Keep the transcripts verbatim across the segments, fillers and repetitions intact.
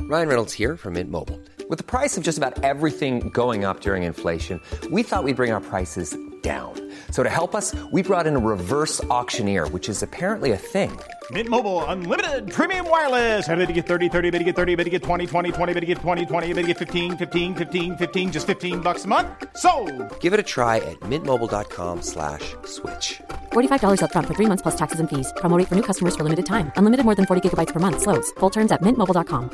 Ryan Reynolds here from Mint Mobile. With the price of just about everything going up during inflation, we thought we'd bring our prices down. So to help us, we brought in a reverse auctioneer, which is apparently a thing. Mint Mobile Unlimited Premium Wireless. How to get thirty, thirty, how to get thirty, how to get twenty, twenty, twenty, how to get twenty, twenty, how to get fifteen, fifteen, fifteen, fifteen, just fifteen bucks a month? Sold! Give it a try at mintmobile.com slash switch. forty-five dollars up front for three months plus taxes and fees. Promo rate for new customers for limited time. Unlimited more than forty gigabytes per month. Slows full terms at mint mobile dot com.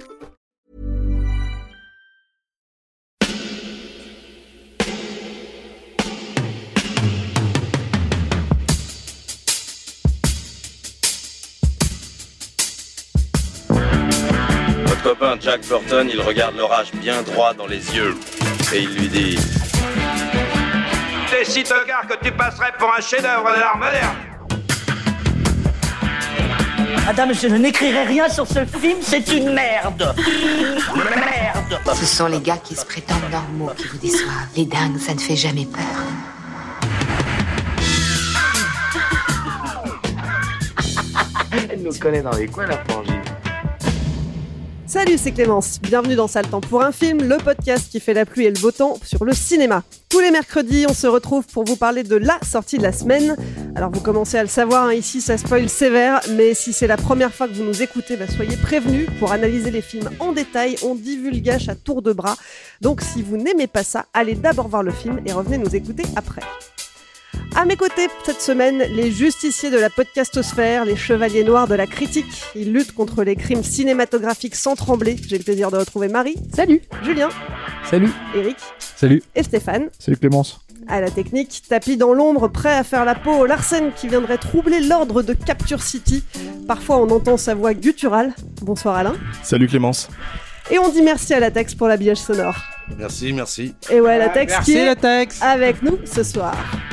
Votre copain Jack Burton, il regarde l'orage bien droit dans les yeux et il lui dit: T'es si tocard que tu passerais pour un chef-d'œuvre de l'art moderne. Madame, je n'écrirai rien sur ce film, c'est une merde. Merde. Ce sont les gars qui se prétendent normaux qui vous déçoivent. Les dingues, ça ne fait jamais peur. Elle nous connaît dans les coins, la frangine. Salut, c'est Clémence. Bienvenue dans Sale Temps pour un film, le podcast qui fait la pluie et le beau temps sur le cinéma. Tous les mercredis, on se retrouve pour vous parler de la sortie de la semaine. Alors vous commencez à le savoir, hein, ici ça spoil sévère, mais si c'est la première fois que vous nous écoutez, bah, soyez prévenus. Pour analyser les films en détail, on divulgage à tour de bras. Donc si vous n'aimez pas ça, allez d'abord voir le film et revenez nous écouter après. À mes côtés, cette semaine, les justiciers de la podcastosphère, les chevaliers noirs de la critique. Ils luttent contre les crimes cinématographiques sans trembler. J'ai le plaisir de retrouver Marie. Salut. Julien. Salut. Eric. Salut. Et Stéphane. Salut Clémence. À la technique, tapis dans l'ombre, prêt à faire la peau au Larsen qui viendrait troubler l'ordre de Capture City. Parfois, on entend sa voix gutturale. Bonsoir Alain. Salut Clémence. Et on dit merci à Latex pour l'habillage sonore. Merci, merci. Et ouais, Latex merci qui est Latex. avec nous ce soir.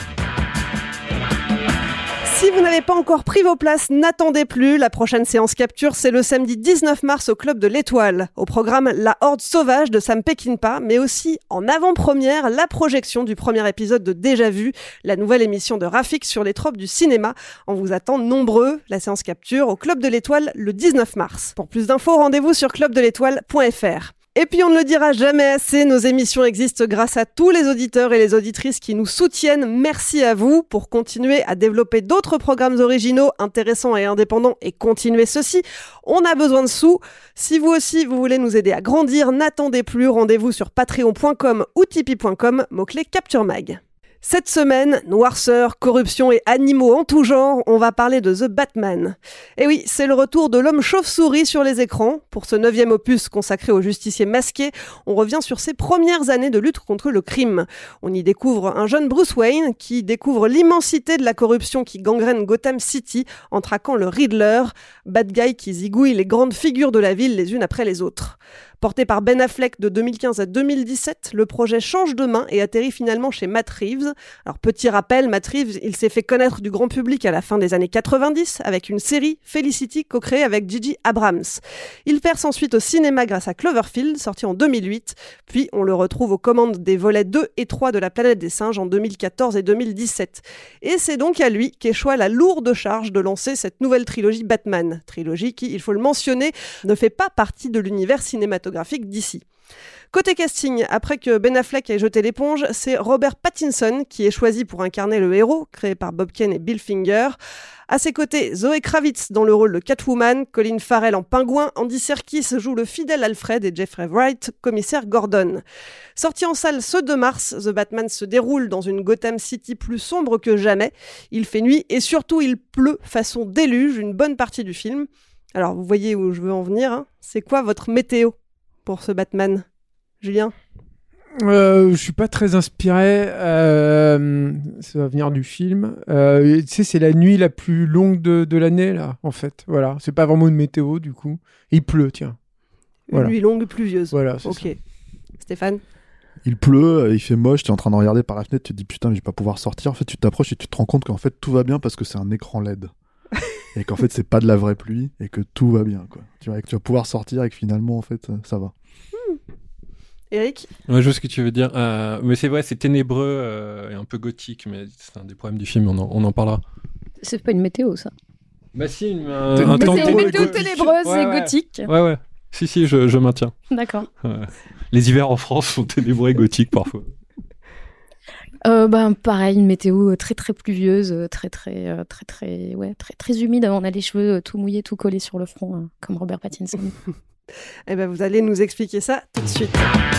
Si vous n'avez pas encore pris vos places, n'attendez plus. La prochaine séance Capture, c'est le samedi dix-neuf mars au Club de l'Étoile. Au programme, La Horde Sauvage de Sam Peckinpah, mais aussi en avant-première, la projection du premier épisode de Déjà Vu, la nouvelle émission de Rafik sur les tropes du cinéma. On vous attend nombreux. La séance Capture au Club de l'Étoile le dix-neuf mars. Pour plus d'infos, rendez-vous sur club de l'étoile point f r. Et puis on ne le dira jamais assez, nos émissions existent grâce à tous les auditeurs et les auditrices qui nous soutiennent. Merci à vous pour continuer à développer d'autres programmes originaux, intéressants et indépendants et continuer ceci. On a besoin de sous. Si vous aussi vous voulez nous aider à grandir, n'attendez plus, rendez-vous sur patreon point com ou tipeee point com, mot-clé Capture Mag. Cette semaine, noirceur, corruption et animaux en tout genre, on va parler de The Batman. Et oui, c'est le retour de l'homme chauve-souris sur les écrans. Pour ce neuvième opus consacré au justicier masqué, on revient sur ses premières années de lutte contre le crime. On y découvre un jeune Bruce Wayne qui découvre l'immensité de la corruption qui gangrène Gotham City en traquant le Riddler, bad guy qui zigouille les grandes figures de la ville les unes après les autres. Porté par Ben Affleck de deux mille quinze à deux mille dix-sept, le projet change de main et atterrit finalement chez Matt Reeves. Alors petit rappel, Matt Reeves, il s'est fait connaître du grand public à la fin des années quatre-vingt-dix avec une série Felicity co-créée avec J J Abrams. Il perce ensuite au cinéma grâce à Cloverfield, sorti en deux mille huit, puis on le retrouve aux commandes des volets deux et trois de La Planète des Singes en deux mille quatorze et deux mille dix-sept. Et c'est donc à lui qu'échoit la lourde charge de lancer cette nouvelle trilogie Batman, trilogie qui, il faut le mentionner, ne fait pas partie de l'univers cinématographique d'ici. Côté casting, après que Ben Affleck ait jeté l'éponge, c'est Robert Pattinson qui est choisi pour incarner le héros, créé par Bob Kane et Bill Finger. À ses côtés, Zoé Kravitz dans le rôle de Catwoman, Colin Farrell en pingouin, Andy Serkis joue le fidèle Alfred et Jeffrey Wright, commissaire Gordon. Sorti en salle ce deux mars, The Batman se déroule dans une Gotham City plus sombre que jamais. Il fait nuit et surtout il pleut façon déluge une bonne partie du film. Alors vous voyez où je veux en venir, hein. C'est quoi votre météo pour ce Batman, Julien? euh, Je suis pas très inspiré. Euh, ça va venir du film. Euh, tu sais, c'est la nuit la plus longue de, de l'année là, en fait. Voilà, c'est pas vraiment une météo du coup. Et il pleut, tiens. Une voilà. nuit longue pluvieuse. Voilà. C'est ok. Ça. Stéphane. Il pleut, il fait moche, tu es en train de regarder par la fenêtre, tu te dis putain, mais je vais pas pouvoir sortir. En fait, tu t'approches et tu te rends compte qu'en fait tout va bien parce que c'est un écran L E D. Et qu'en fait c'est pas de la vraie pluie et que tout va bien quoi. Tu vois, et que tu vas pouvoir sortir et que finalement en fait ça va. Hmm. Eric? Ouais, je vois ce que tu veux dire, euh, mais c'est vrai, c'est ténébreux euh, et un peu gothique, mais c'est un des problèmes du film, on en, on en parlera. C'est pas une météo ça. Bah si, une, un, un temps c'est une météo ténébreuse ouais, et ouais. gothique. Ouais ouais. Si, si, je, je maintiens. D'accord. Euh, les hivers en France sont ténébreux et gothiques parfois. Euh, ben, pareil, une météo très très pluvieuse, très très euh, très très ouais très très humide. On a les cheveux tout mouillés, tout collés sur le front, euh, comme Robert Pattinson. Eh ben, vous allez nous expliquer ça tout de suite.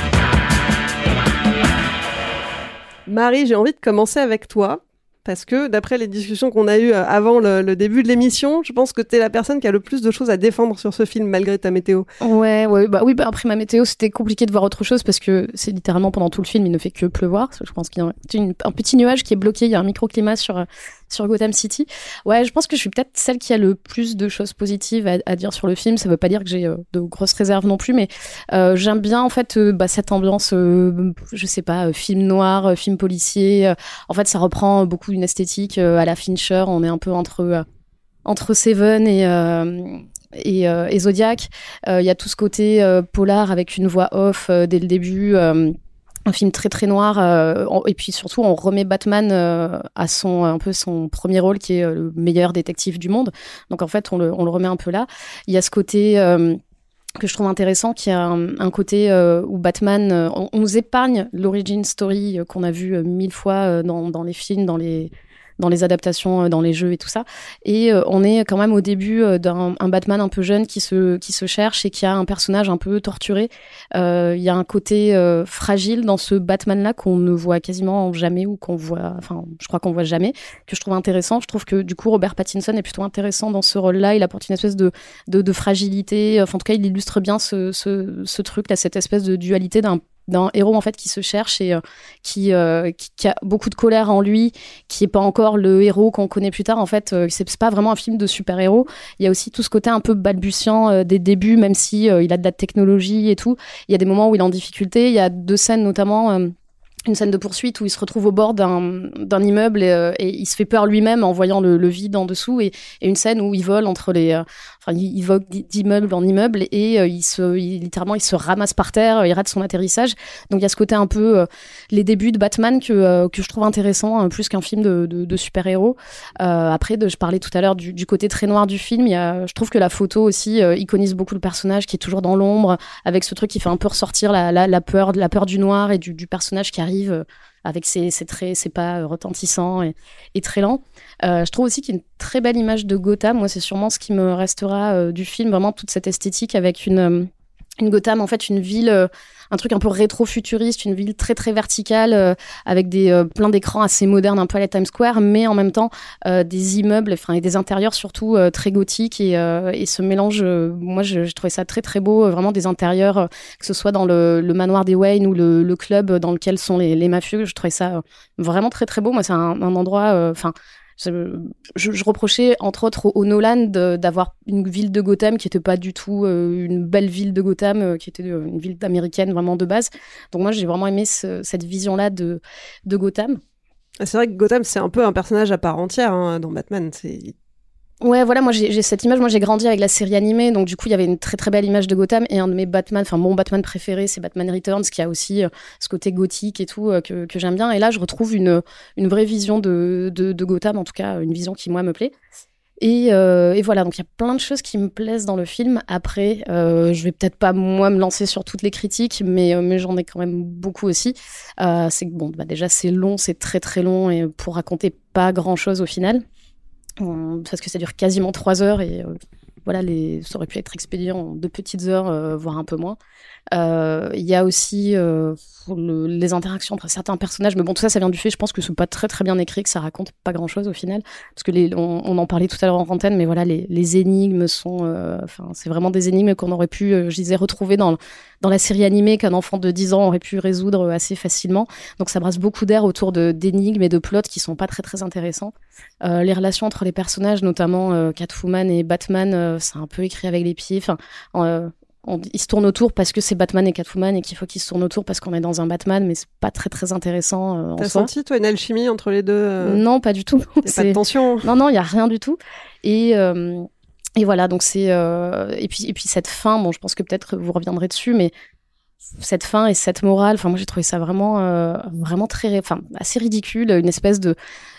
Marie, j'ai envie de commencer avec toi. Parce que d'après les discussions qu'on a eues avant le, le début de l'émission, je pense que t'es la personne qui a le plus de choses à défendre sur ce film malgré ta météo. Ouais, ouais, bah oui, bah après ma météo, c'était compliqué de voir autre chose parce que c'est littéralement pendant tout le film, il ne fait que pleuvoir. Je pense qu'il y a une, un petit nuage qui est bloqué, il y a un microclimat sur sur Gotham City. Ouais, je pense que je suis peut-être celle qui a le plus de choses positives à, à dire sur le film. Ça veut pas dire que j'ai euh, de grosses réserves non plus, mais euh, j'aime bien en fait euh, bah, cette ambiance, euh, je sais pas, euh, film noir, euh, film policier. Euh, en fait, ça reprend beaucoup une esthétique euh, à la Fincher. On est un peu entre euh, entre Seven et euh, et, euh, et Zodiac. Il euh, y a tout ce côté euh, polar avec une voix off euh, dès le début. Euh, un film très très noir euh, et puis surtout on remet Batman euh, à son un peu son premier rôle qui est euh, le meilleur détective du monde. Donc en fait on le on le remet un peu là. Il y a ce côté euh, que je trouve intéressant, qui a un, un côté euh, où Batman, euh, on, on nous épargne l'origin story euh, qu'on a vu euh, mille fois euh, dans dans les films, dans les dans les adaptations, dans les jeux et tout ça. Et euh, on est quand même au début euh, d'un un Batman un peu jeune qui se, qui se cherche et qui a un personnage un peu torturé. Il euh, y a un côté euh, fragile dans ce Batman-là qu'on ne voit quasiment jamais ou qu'on voit, enfin, je crois qu'on voit jamais, que je trouve intéressant. Je trouve que du coup, Robert Pattinson est plutôt intéressant dans ce rôle-là. Il apporte une espèce de, de, de fragilité. Enfin, en tout cas, il illustre bien ce, ce, ce truc-là, cette espèce de dualité d'un d'un héros en fait qui se cherche et euh, qui, euh, qui qui a beaucoup de colère en lui, qui est pas encore le héros qu'on connaît plus tard. En fait, euh, c'est, c'est pas vraiment un film de super-héros. Il y a aussi tout ce côté un peu balbutiant euh, des débuts, même si euh, il a de la technologie et tout. Il y a des moments où il est en difficulté. Il y a deux scènes notamment. Euh, une scène de poursuite où il se retrouve au bord d'un, d'un immeuble et, euh, et il se fait peur lui-même en voyant le, le vide en dessous, et, et une scène où il vole entre les, euh, enfin il, il vogue d'immeuble en immeuble et euh, il se, il, littéralement il se ramasse par terre, il rate son atterrissage. Donc il y a ce côté un peu euh, les débuts de Batman que euh, que je trouve intéressant, hein, plus qu'un film de, de, de super-héros. Euh, après, de, je parlais tout à l'heure du, du côté très noir du film. Il y a, je trouve que la photo aussi euh, iconise beaucoup le personnage qui est toujours dans l'ombre, avec ce truc qui fait un peu ressortir la, la, la peur, la peur du noir et du, du personnage qui arrive avec ses, ses traits, ses pas retentissants et, et très lents. Euh, je trouve aussi qu'il y a une très belle image de Gotham. Moi, c'est sûrement ce qui me restera euh, du film, vraiment toute cette esthétique avec une, euh, une Gotham, en fait, une ville, euh, un truc un peu rétro-futuriste, une ville très très verticale, euh, avec des euh, plein d'écrans assez modernes, un peu à la Times Square, mais en même temps euh, des immeubles, enfin et des intérieurs surtout euh, très gothiques, et, euh, et ce mélange, euh, moi je, je trouvais ça très très beau, euh, vraiment des intérieurs, euh, que ce soit dans le, le manoir des Wayne ou le, le club dans lequel sont les, les mafieux. Je trouvais ça euh, vraiment très très beau. Moi, c'est un, un endroit, enfin. Euh, Je, je, je reprochais entre autres au, au Nolan de, d'avoir une ville de Gotham qui n'était pas du tout euh, une belle ville de Gotham, euh, qui était euh, une ville américaine vraiment de base. Donc moi j'ai vraiment aimé ce, cette vision-là de, de Gotham. C'est vrai que Gotham c'est un peu un personnage à part entière hein, dans Batman. C'est... Ouais, voilà, moi j'ai, j'ai cette image, moi j'ai grandi avec la série animée, donc du coup il y avait une très très belle image de Gotham, et un de mes Batman, enfin mon Batman préféré, c'est Batman Returns, qui a aussi euh, ce côté gothique et tout, euh, que, que j'aime bien, et là je retrouve une, une vraie vision de, de, de Gotham, en tout cas une vision qui moi me plaît. Et, euh, et voilà, donc il y a plein de choses qui me plaisent dans le film. Après, euh, je vais peut-être pas moi me lancer sur toutes les critiques, mais, euh, mais j'en ai quand même beaucoup aussi. Euh, c'est que bon, bah, déjà c'est long, c'est très très long, et pour raconter pas grand chose au final. Parce que ça dure quasiment trois heures et euh, voilà, les, ça aurait pu être expédié en deux petites heures, euh, voire un peu moins. Il euh, y a aussi euh, le, les interactions entre certains personnages, mais bon, tout ça, ça vient du fait, je pense que c'est pas très très bien écrit, que ça raconte pas grand-chose au final, parce que les, on, on en parlait tout à l'heure en antenne, mais voilà, les, les énigmes sont, enfin, euh, c'est vraiment des énigmes qu'on aurait pu, euh, je disais, retrouver dans dans la série animée qu'un enfant de dix ans aurait pu résoudre assez facilement. Donc ça brasse beaucoup d'air autour de d'énigmes et de plots qui sont pas très très intéressants. Euh, les relations entre les personnages, notamment euh, Catwoman et Batman, euh, c'est un peu écrit avec les pieds. Enfin, euh, on, ils se tournent autour parce que c'est Batman et Catwoman et qu'il faut qu'ils se tournent autour parce qu'on est dans un Batman, mais c'est pas très très intéressant euh, en T'as soi. senti toi une alchimie entre les deux euh... Non, pas du tout. Il y a pas de tension. Non non, il y a rien du tout. Et euh, Et voilà, donc c'est euh, et puis et puis cette fin, bon, je pense que peut-être vous reviendrez dessus, mais cette fin et cette morale, enfin moi j'ai trouvé ça vraiment euh, vraiment très, enfin assez ridicule, une espèce de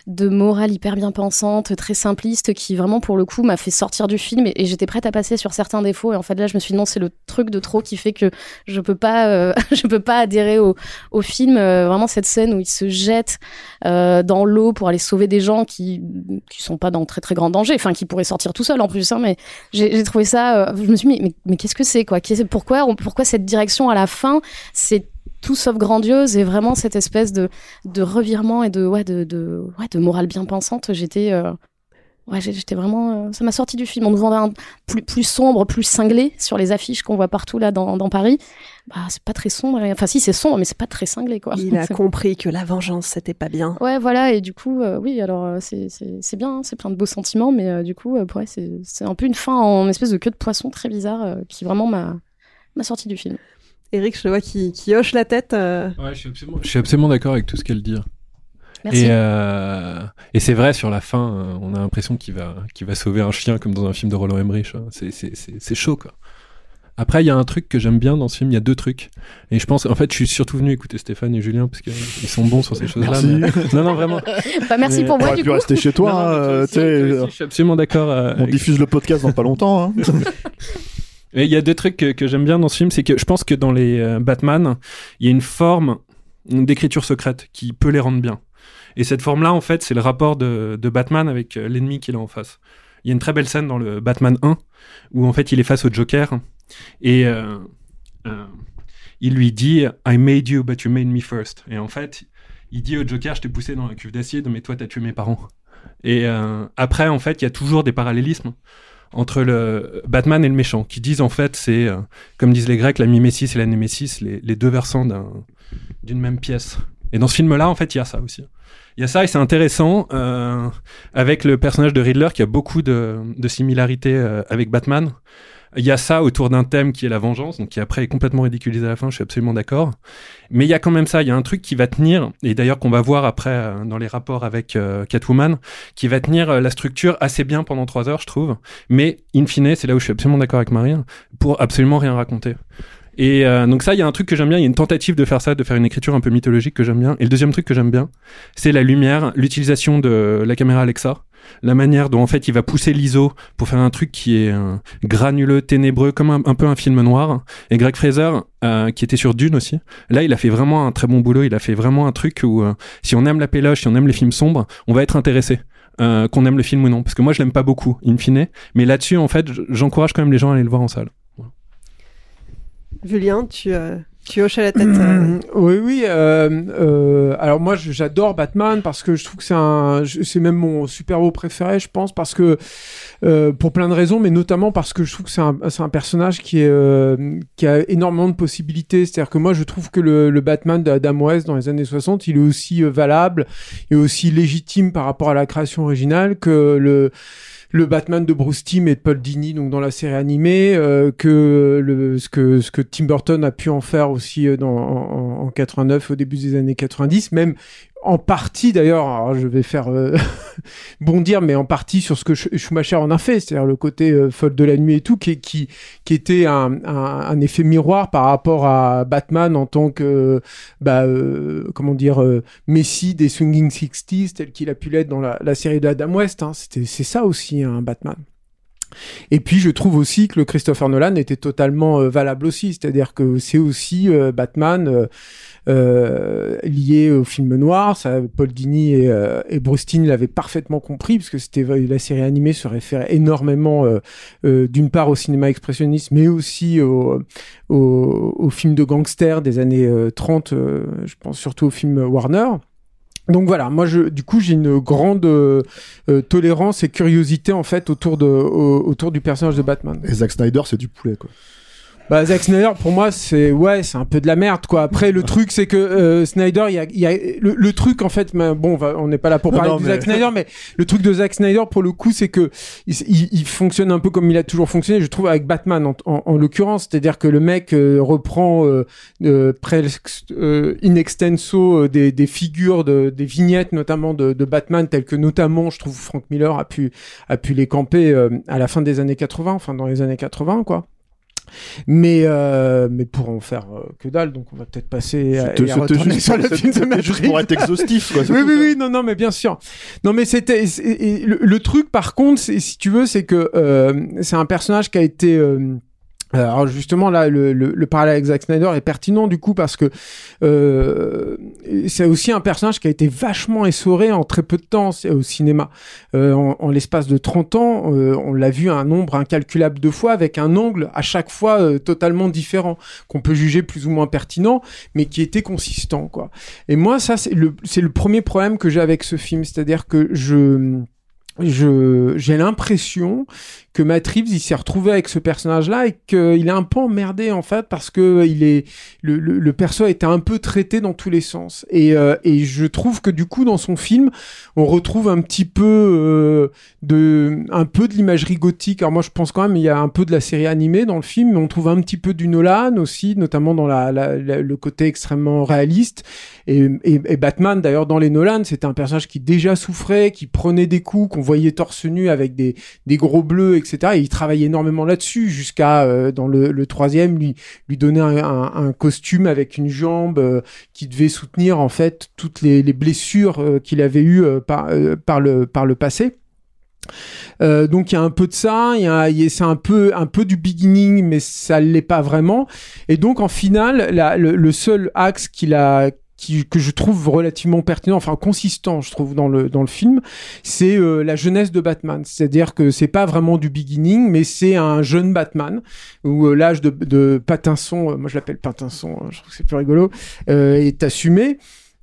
de morale hyper bien pensante, très simpliste, qui vraiment pour le coup m'a fait sortir du film et, et j'étais prête à passer sur certains défauts. Et en fait là, je me suis dit non, c'est le truc de trop qui fait que je peux pas, euh, je peux pas adhérer au, au film. Euh, vraiment cette scène où il se jette euh, dans l'eau pour aller sauver des gens qui qui sont pas dans très très grand danger, enfin qui pourraient sortir tout seuls en plus. Hein, mais j'ai, j'ai trouvé ça. Euh, je me suis dit mais, mais, mais qu'est-ce que c'est quoi qu'est-ce, Pourquoi on, pourquoi cette direction à la fin, c'est tout sauf grandiose et vraiment cette espèce de, de revirement et de, ouais, de, de, ouais, de morale bien pensante. J'étais, euh, ouais, j'étais vraiment, euh, ça m'a sorti du film. On nous vendait un plus, plus sombre, plus cinglé sur les affiches qu'on voit partout là dans, dans Paris. Bah, c'est pas très sombre. Enfin, si, c'est sombre, mais c'est pas très cinglé, quoi. Il a compris que la vengeance, c'était pas bien. Ouais, voilà. Et du coup, euh, oui, alors, euh, c'est, c'est, c'est bien, hein, c'est plein de beaux sentiments, mais euh, du coup, euh, ouais, c'est, c'est un peu une fin en espèce de queue de poisson très bizarre euh, qui vraiment m'a, m'a sorti du film. Eric, je le vois qui, qui hoche la tête. Euh... Ouais, je suis absolument, je suis absolument d'accord avec tout ce qu'elle dit. Merci. Et, euh, et c'est vrai, sur la fin, euh, on a l'impression qu'il va, qu'il va sauver un chien comme dans un film de Roland Emmerich. Hein. C'est, c'est, c'est, c'est chaud, quoi. Après, il y a un truc que j'aime bien dans ce film, il y a deux trucs. Et je pense, en fait, je suis surtout venu écouter Stéphane et Julien parce qu'ils sont bons sur ces choses-là. Merci. Mais... Non, non, vraiment. Bah, merci mais pour moi, du coup. Tu rester chez toi. Non, non, euh, aussi, aussi, je suis absolument d'accord. Euh, on avec... diffuse le podcast dans pas longtemps. Hein. Et il y a deux trucs que, que j'aime bien dans ce film, c'est que je pense que dans les euh, Batman, il y a une forme d'écriture secrète qui peut les rendre bien. Et cette forme-là, en fait, c'est le rapport de, de Batman avec euh, l'ennemi qu'il a en face. Il y a une très belle scène dans le Batman un, où en fait, il est face au Joker, et euh, euh, il lui dit « I made you, but you made me first ». Et en fait, il dit au Joker « Je t'ai poussé dans la cuve d'acide, mais toi, t'as tué mes parents ». Et euh, après, en fait, il y a toujours des parallélismes entre le Batman et le méchant, qui disent en fait, c'est, euh, comme disent les Grecs, la mimésis et la némésis, les, les deux versants d'un, d'une même pièce. Et dans ce film-là, en fait, il y a ça aussi. Il y a ça, et c'est intéressant, euh, avec le personnage de Riddler, qui a beaucoup de, de similarités euh, avec Batman. Il y a ça autour d'un thème qui est la vengeance, donc qui après est complètement ridiculisé à la fin, je suis absolument d'accord. Mais il y a quand même ça, il y a un truc qui va tenir, et d'ailleurs qu'on va voir après euh, dans les rapports avec euh, Catwoman, qui va tenir euh, la structure assez bien pendant trois heures, je trouve. Mais in fine, c'est là où je suis absolument d'accord avec Marie, pour absolument rien raconter. Et euh, donc ça, il y a un truc que j'aime bien, il y a une tentative de faire ça, de faire une écriture un peu mythologique que j'aime bien. Et le deuxième truc que j'aime bien, c'est la lumière, l'utilisation de la caméra Alexa. La manière dont en fait il va pousser l'I S O pour faire un truc qui est euh, granuleux, ténébreux, comme un, un peu un film noir. Et Greg Fraser, euh, qui était sur Dune aussi, là il a fait vraiment un très bon boulot. Il a fait vraiment un truc où euh, si on aime la péloche, si on aime les films sombres, on va être intéressé. Euh, qu'on aime le film ou non, parce que moi je l'aime pas beaucoup, in fine. Mais là-dessus, en fait, j'encourage quand même les gens à aller le voir en salle. Voilà. Julien, tu euh... Tu hoches à la tête. Euh... Oui, oui. Euh, euh, alors moi, j'adore Batman parce que je trouve que c'est un, c'est même mon super-héros préféré, je pense, parce que euh, pour plein de raisons, mais notamment parce que je trouve que c'est un, c'est un personnage qui est, euh, qui a énormément de possibilités. C'est-à-dire que moi, je trouve que le, le Batman d'Adam West dans les années soixante, il est aussi euh, valable et aussi légitime par rapport à la création originale que le le Batman de Bruce Timm et de Paul Dini, donc dans la série animée, euh, que le ce que ce que Tim Burton a pu en faire aussi dans en, en quatre-vingt-neuf, au début des années quatre-vingt-dix, même en partie d'ailleurs, alors je vais faire euh, bondir, mais en partie sur ce que Schumacher en a fait, c'est-à-dire le côté euh, folle de la nuit et tout, qui qui qui était un, un un effet miroir par rapport à Batman en tant que bah euh, comment dire euh, Messie des Swinging Sixties tel qu'il a pu l'être dans la, la série d'Adam West. Hein. C'était c'est ça aussi un hein, Batman. Et puis je trouve aussi que le Christopher Nolan était totalement euh, valable aussi, c'est-à-dire que c'est aussi euh, Batman euh, euh, lié au film noir. Ça, Paul Dini et, euh, et Bruce Timm l'avaient parfaitement compris, parce que c'était la série animée se réfère énormément euh, euh, d'une part au cinéma expressionniste, mais aussi au, au, au film de gangsters des années euh, trente, euh, je pense surtout au film Warner. Donc voilà, moi je, du coup j'ai une grande euh, tolérance et curiosité en fait autour de au, autour du personnage de Batman. Et Zack Snyder c'est du poulet quoi. Bah Zack Snyder pour moi c'est ouais c'est un peu de la merde quoi. Après le truc c'est que euh, Snyder il y a, y a le, le truc en fait mais, bon on, va, on n'est pas là pour parler non, non, de mais... Zack Snyder mais le truc de Zack Snyder pour le coup c'est que il, il, il fonctionne un peu comme il a toujours fonctionné je trouve avec Batman en, en, en l'occurrence, c'est-à-dire que le mec euh, reprend euh, euh, presque euh, in extenso euh, des, des figures de, des vignettes notamment de, de Batman telles que notamment je trouve Frank Miller a pu a pu les camper euh, à la fin des années quatre-vingts, enfin dans les années quatre-vingts quoi. Mais, euh, mais pour en faire euh, que dalle, donc on va peut-être passer à, C'était, et à retourner juste, sur le film de juste pour être exhaustif, quoi. Oui, oui, oui, non, non, mais bien sûr. Non, mais c'était et, et le, le truc, par contre, c'est, si tu veux, c'est que euh, c'est un personnage qui a été euh, alors justement là le, le, le parallèle avec Zack Snyder est pertinent du coup parce que euh, c'est aussi un personnage qui a été vachement essoré en très peu de temps au cinéma. Euh, en, en l'espace de trente ans, euh, on l'a vu un nombre incalculable de fois avec un angle à chaque fois euh, totalement différent qu'on peut juger plus ou moins pertinent mais qui était consistant quoi. Et moi ça c'est le c'est le premier problème que j'ai avec ce film, c'est-à-dire que je je j'ai l'impression que Matt Reeves il s'est retrouvé avec ce personnage-là et qu'il est un peu emmerdé en fait parce que il est le, le, le perso a été un peu traité dans tous les sens et euh, et je trouve que du coup dans son film on retrouve un petit peu euh, de un peu de l'imagerie gothique. Alors moi je pense quand même il y a un peu de la série animée dans le film mais on trouve un petit peu du Nolan aussi notamment dans la, la, la le côté extrêmement réaliste et, et, et Batman d'ailleurs dans les Nolan c'était un personnage qui déjà souffrait, qui prenait des coups, qu'on voyait torse nu avec des des gros bleus et cetera. Et il travaille énormément là-dessus jusqu'à euh, dans le, le troisième lui lui donner un, un, un costume avec une jambe euh, qui devait soutenir en fait toutes les, les blessures euh, qu'il avait eues euh, par euh, par le par le passé. Euh, donc il y a un peu de ça, il y a, il y a, c'est un peu un peu du beginning mais ça l'est pas vraiment. Et donc en finale la, le, le seul axe qu'il a Qui, que je trouve relativement pertinent, enfin consistant, je trouve dans le dans le film, c'est euh, la jeunesse de Batman. C'est-à-dire que c'est pas vraiment du beginning, mais c'est un jeune Batman où euh, l'âge de, de Pattinson, euh, moi je l'appelle Pattinson, hein, je trouve que c'est plus rigolo, euh, est assumé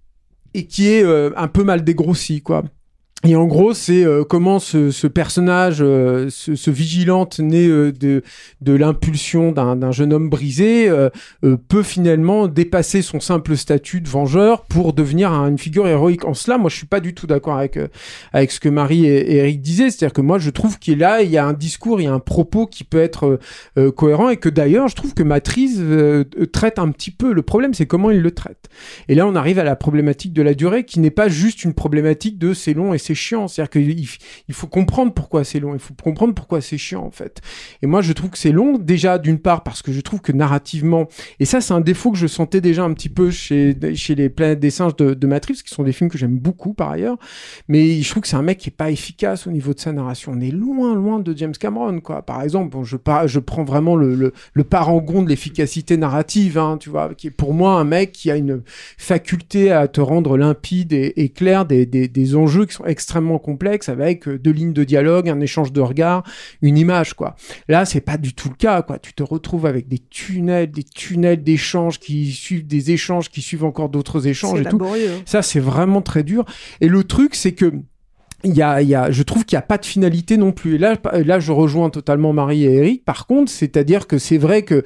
et qui est euh, un peu mal dégrossi, quoi. Et en gros, c'est euh, comment ce, ce personnage, euh, ce, ce vigilante né euh, de, de l'impulsion d'un, d'un jeune homme brisé, euh, euh, peut finalement dépasser son simple statut de vengeur pour devenir un, une figure héroïque. En cela, moi, je suis pas du tout d'accord avec euh, avec ce que Marie et, et Eric disaient. C'est-à-dire que moi, je trouve qu'il est là, il y a un discours, il y a un propos qui peut être euh, euh, cohérent et que d'ailleurs, je trouve que Matt Reeves euh, traite un petit peu. Le problème, c'est comment il le traite. Et là, on arrive à la problématique de la durée, qui n'est pas juste une problématique de c'est long et c'est chiant, c'est-à-dire qu'il il faut comprendre pourquoi c'est long, il faut comprendre pourquoi c'est chiant en fait. Et moi je trouve que c'est long déjà d'une part parce que je trouve que narrativement, et ça c'est un défaut que je sentais déjà un petit peu chez chez les Planètes des singes de, de Matt Reeves, qui sont des films que j'aime beaucoup par ailleurs, mais je trouve que c'est un mec qui est pas efficace au niveau de sa narration. On est loin loin de James Cameron quoi. Par exemple, bon, je par, je prends vraiment le, le le parangon de l'efficacité narrative, hein, tu vois, qui est pour moi un mec qui a une faculté à te rendre limpide et, et clair des, des des enjeux qui sont extrêmement complexe avec deux lignes de dialogue, un échange de regards, une image quoi. Là, c'est pas du tout le cas quoi. Tu te retrouves avec des tunnels, des tunnels d'échanges qui suivent des échanges qui suivent encore d'autres échanges c'est et tout. Hein. Ça, c'est vraiment très dur. Et le truc, c'est que il y a, il y a, je trouve qu'il n'y a pas de finalité non plus. Et là, là, je rejoins totalement Marie et Eric. Par contre, c'est-à-dire que c'est vrai que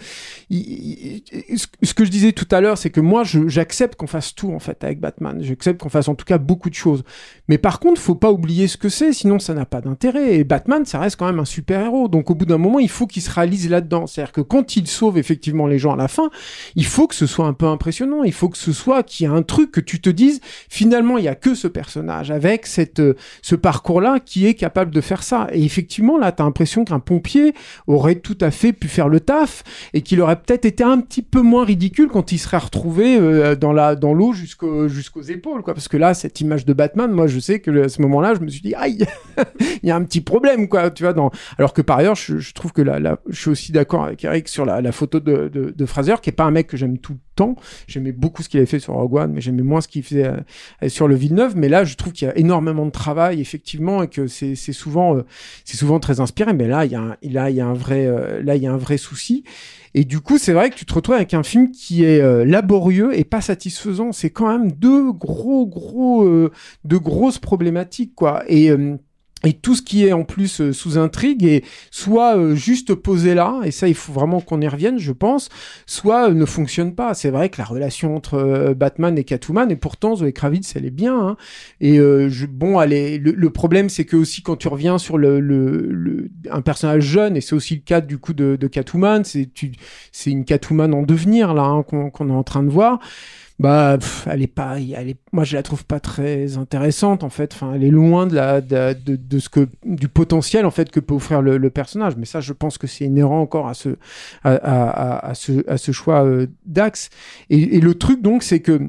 il, il, ce que je disais tout à l'heure, c'est que moi, je, j'accepte qu'on fasse tout en fait avec Batman. J'accepte qu'on fasse en tout cas beaucoup de choses. Mais par contre, faut pas oublier ce que c'est, sinon ça n'a pas d'intérêt. Et Batman, ça reste quand même un super-héros. Donc au bout d'un moment, il faut qu'il se réalise là-dedans. C'est-à-dire que quand il sauve effectivement les gens à la fin, il faut que ce soit un peu impressionnant. Il faut que ce soit qu'il y a un truc que tu te dises, finalement, il y a que ce personnage avec cette ce parcours-là qui est capable de faire ça. Et effectivement, là, t'as l'impression qu'un pompier aurait tout à fait pu faire le taf et qu'il aurait peut-être été un petit peu moins ridicule quand il serait retrouvé euh, dans la dans l'eau jusqu'au, jusqu'aux épaules, quoi. Parce que là, cette image de Batman, moi, je sais que à ce moment-là, je me suis dit, aïe, il y a un petit problème, quoi. Tu vois, dans... Alors que par ailleurs, je, je trouve que là, là, je suis aussi d'accord avec Eric sur la, la photo de, de, de Fraser, qui est pas un mec que j'aime tout le temps. J'aimais beaucoup ce qu'il avait fait sur Rogue One, mais j'aimais moins ce qu'il faisait euh, sur le Villeneuve. Mais là, je trouve qu'il y a énormément de travail, effectivement, et que c'est, c'est souvent, euh, c'est souvent très inspiré. Mais là, il y a un, là, il y a un vrai, euh, là, il y a un vrai souci. Et du coup, c'est vrai que tu te retrouves avec un film qui est euh, laborieux et pas satisfaisant. C'est quand même deux gros, gros, euh, de grosses problématiques, quoi. Et euh, Et tout ce qui est en plus euh, sous intrigue est soit euh, juste posé là, et ça il faut vraiment qu'on y revienne, je pense, soit euh, ne fonctionne pas. C'est vrai que la relation entre euh, Batman et Catwoman, et pourtant Zoé Kravitz, elle est bien, hein. Et euh, je, bon, elle est, le, le problème c'est que aussi quand tu reviens sur le, le, le un personnage jeune, et c'est aussi le cas du coup de, de Catwoman, c'est, tu, c'est une Catwoman en devenir là, hein, qu'on, qu'on est en train de voir. Bah, pff, elle est pas, elle est, moi je la trouve pas très intéressante en fait. Enfin, elle est loin de la, de, de, de ce que, du potentiel en fait que peut offrir le, le personnage. Mais ça, je pense que c'est inhérent encore à ce, à, à, à, à ce, à ce choix euh, d'axe. Et, et le truc donc, c'est que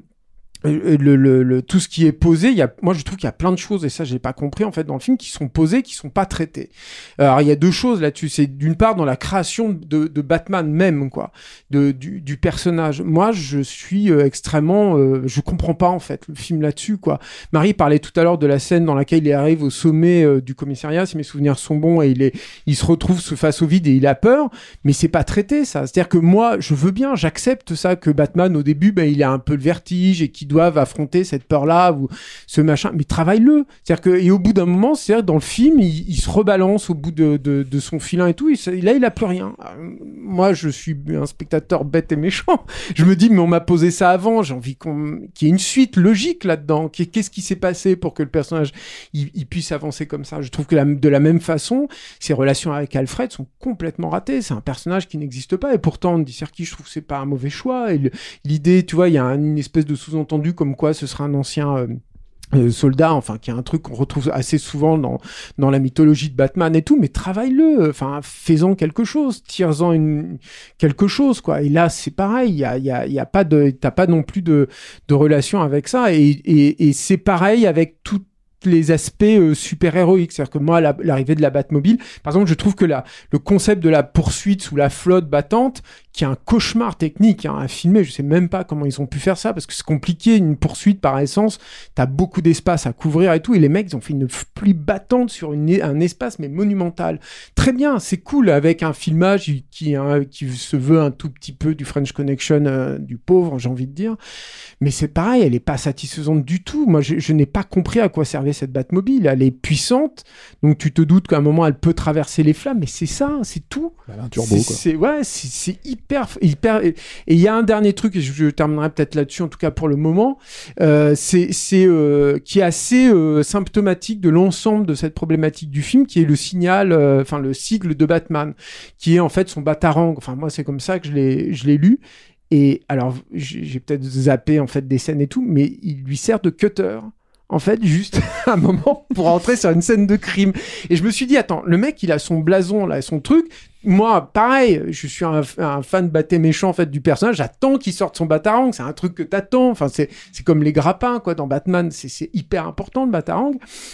Le, le, le, tout ce qui est posé, il y a, moi je trouve qu'il y a plein de choses, et ça j'ai pas compris en fait dans le film, qui sont posées, qui sont pas traitées. Alors il y a deux choses là-dessus, c'est d'une part dans la création de, de Batman même, quoi, de, du, du personnage. Moi je suis euh, extrêmement, euh, je comprends pas en fait le film là-dessus, quoi. Marie parlait tout à l'heure de la scène dans laquelle il arrive au sommet euh, du commissariat, si mes souvenirs sont bons, et il est, il se retrouve face au vide et il a peur, mais c'est pas traité ça. C'est-à-dire que moi je veux bien, j'accepte ça, que Batman au début, ben il a un peu le vertige et qu'il doivent affronter cette peur-là ou ce machin, mais travaille-le. C'est-à-dire que, et au bout d'un moment, c'est-à-dire que dans le film, il, il se rebalance au bout de, de, de son filin et tout, et là, il a plus rien. Moi, je suis un spectateur bête et méchant. Je me dis, mais on m'a posé ça avant, j'ai envie qu'on, qu'il y ait une suite logique là-dedans. Qu'est-ce qui s'est passé pour que le personnage, il, il puisse avancer comme ça? Je trouve que la, de la même façon, ses relations avec Alfred sont complètement ratées. C'est un personnage qui n'existe pas, et pourtant, Andy Serkis, je trouve que c'est pas un mauvais choix. Et le, l'idée, tu vois, il y a un, une espèce de sous-entendu comme quoi ce sera un ancien euh, euh, soldat, enfin, qui est un truc qu'on retrouve assez souvent dans, dans la mythologie de Batman et tout, mais travaille-le, enfin, fais-en quelque chose, tire-en une, quelque chose, quoi. Et là, c'est pareil, il y a, y a, y a pas de, t'as pas non plus de, de relation avec ça, et, et, et c'est pareil avec tout les aspects euh, super-héroïques. C'est-à-dire que moi, la, l'arrivée de la Batmobile, par exemple, je trouve que la, le concept de la poursuite sous la flotte battante, qui est un cauchemar technique hein, à filmer, je sais même pas comment ils ont pu faire ça, parce que c'est compliqué, une poursuite par essence, t'as beaucoup d'espace à couvrir et tout, et les mecs, ils ont fait une pluie battante sur une, un espace, mais monumental. Très bien, c'est cool, avec un filmage qui, hein, qui se veut un tout petit peu du French Connection euh, du pauvre, j'ai envie de dire, mais c'est pareil, elle est pas satisfaisante du tout. Moi, je, je n'ai pas compris à quoi servait cette Batmobile. Elle est puissante, donc tu te doutes qu'à un moment, elle peut traverser les flammes, mais c'est ça, c'est tout. Elle a un turbo, c'est, quoi. C'est, ouais, c'est, c'est hyper, hyper... Et il y a un dernier truc, et je, je terminerai peut-être là-dessus, en tout cas pour le moment, euh, c'est, c'est euh, qui est assez euh, symptomatique de l'ensemble de cette problématique du film, qui est le signal, enfin euh, le sigle de Batman, qui est en fait son batarang. Enfin, moi, c'est comme ça que je l'ai, je l'ai lu. Et alors, j'ai, j'ai peut-être zappé en fait des scènes et tout, mais il lui sert de cutter. En fait, juste un moment pour entrer sur une scène de crime. Et je me suis dit, attends, le mec, il a son blason, là, son truc. Moi, pareil, je suis un, un fan batté méchant, en fait, du personnage. J'attends qu'il sorte son batarang. C'est un truc que t'attends. Enfin, c'est, c'est comme les grappins, quoi, dans Batman. C'est, c'est hyper important, le batarang.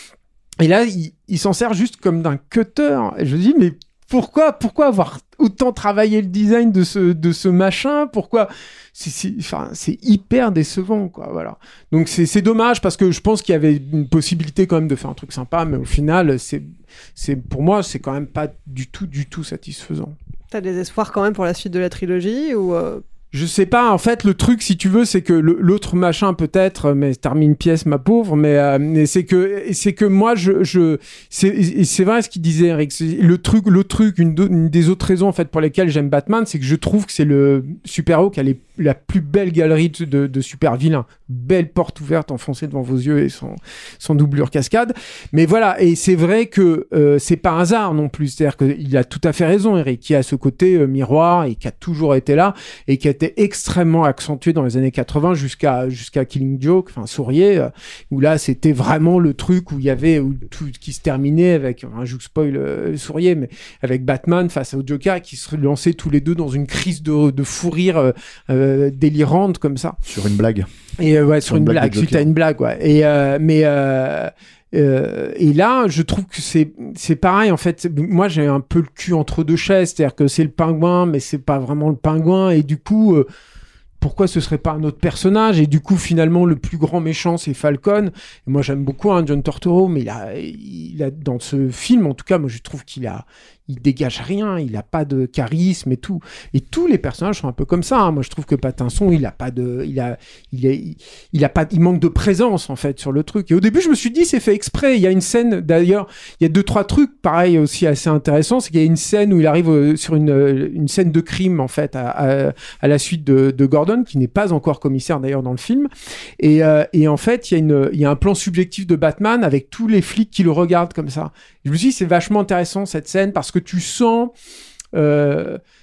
Et là, il, il s'en sert juste comme d'un cutter. Et je me dis, mais pourquoi, pourquoi avoir autant travaillé le design de ce, de ce machin? Pourquoi? C'est, c'est, enfin, c'est hyper décevant, quoi, voilà. Donc c'est, c'est dommage, parce que je pense qu'il y avait une possibilité quand même de faire un truc sympa, mais au final, c'est, c'est, pour moi, c'est quand même pas du tout, du tout satisfaisant. T'as des espoirs quand même pour la suite de la trilogie, ou euh... Je sais pas, en fait, le truc, si tu veux, c'est que le, l'autre machin, peut-être, mais t'as remis une pièce, ma pauvre, mais, euh, mais c'est que, c'est que moi, je, je, c'est, c'est vrai ce qu'il disait, Eric. Le truc, le truc, une, une des autres raisons, en fait, pour lesquelles j'aime Batman, c'est que je trouve que c'est le super-héros qui a les, la plus belle galerie de, de, de super-vilains. Belle porte ouverte, enfoncée devant vos yeux et son, son doublure cascade. Mais voilà, et c'est vrai que, euh, c'est pas un hasard non plus. C'est-à-dire qu'il a tout à fait raison, Eric, qui a ce côté euh, miroir et qui a toujours été là et qui a été extrêmement accentué dans les années quatre-vingts jusqu'à jusqu'à Killing Joke, enfin Sourier, euh, où là c'était vraiment le truc où il y avait où tout qui se terminait avec un je spoil euh, Sourier, mais avec Batman face au Joker qui se lançaient tous les deux dans une crise de, de fou rire euh, euh, délirante comme ça. Sur une blague. Et euh, ouais, sur, sur une, une blague, suite à une blague, ouais. Et euh, mais euh, Euh, et là, je trouve que c'est c'est pareil en fait. Moi, j'ai un peu le cul entre deux chaises, c'est-à-dire que c'est le pingouin, mais c'est pas vraiment le pingouin. Et du coup, euh, pourquoi ce serait pas un autre personnage? Et du coup, finalement, le plus grand méchant, c'est Falcon. Et moi, j'aime beaucoup hein, John Turturro, mais il a, il a dans ce film, en tout cas, moi, je trouve qu'il a il dégage rien, il a pas de charisme et tout. Et tous les personnages sont un peu comme ça. Hein. Moi, je trouve que Pattinson, il a pas de, il a, il est, il a pas, il manque de présence en fait sur le truc. Et au début, je me suis dit, c'est fait exprès. Il y a une scène, d'ailleurs, il y a deux trois trucs, pareil aussi assez intéressants. C'est qu'il y a une scène où il arrive sur une une scène de crime en fait à à, à la suite de, de Gordon, qui n'est pas encore commissaire d'ailleurs dans le film. Et euh, et en fait, il y a une, il y a un plan subjectif de Batman avec tous les flics qui le regardent comme ça. Je me suis dit, c'est vachement intéressant cette scène parce que tu sens, euh,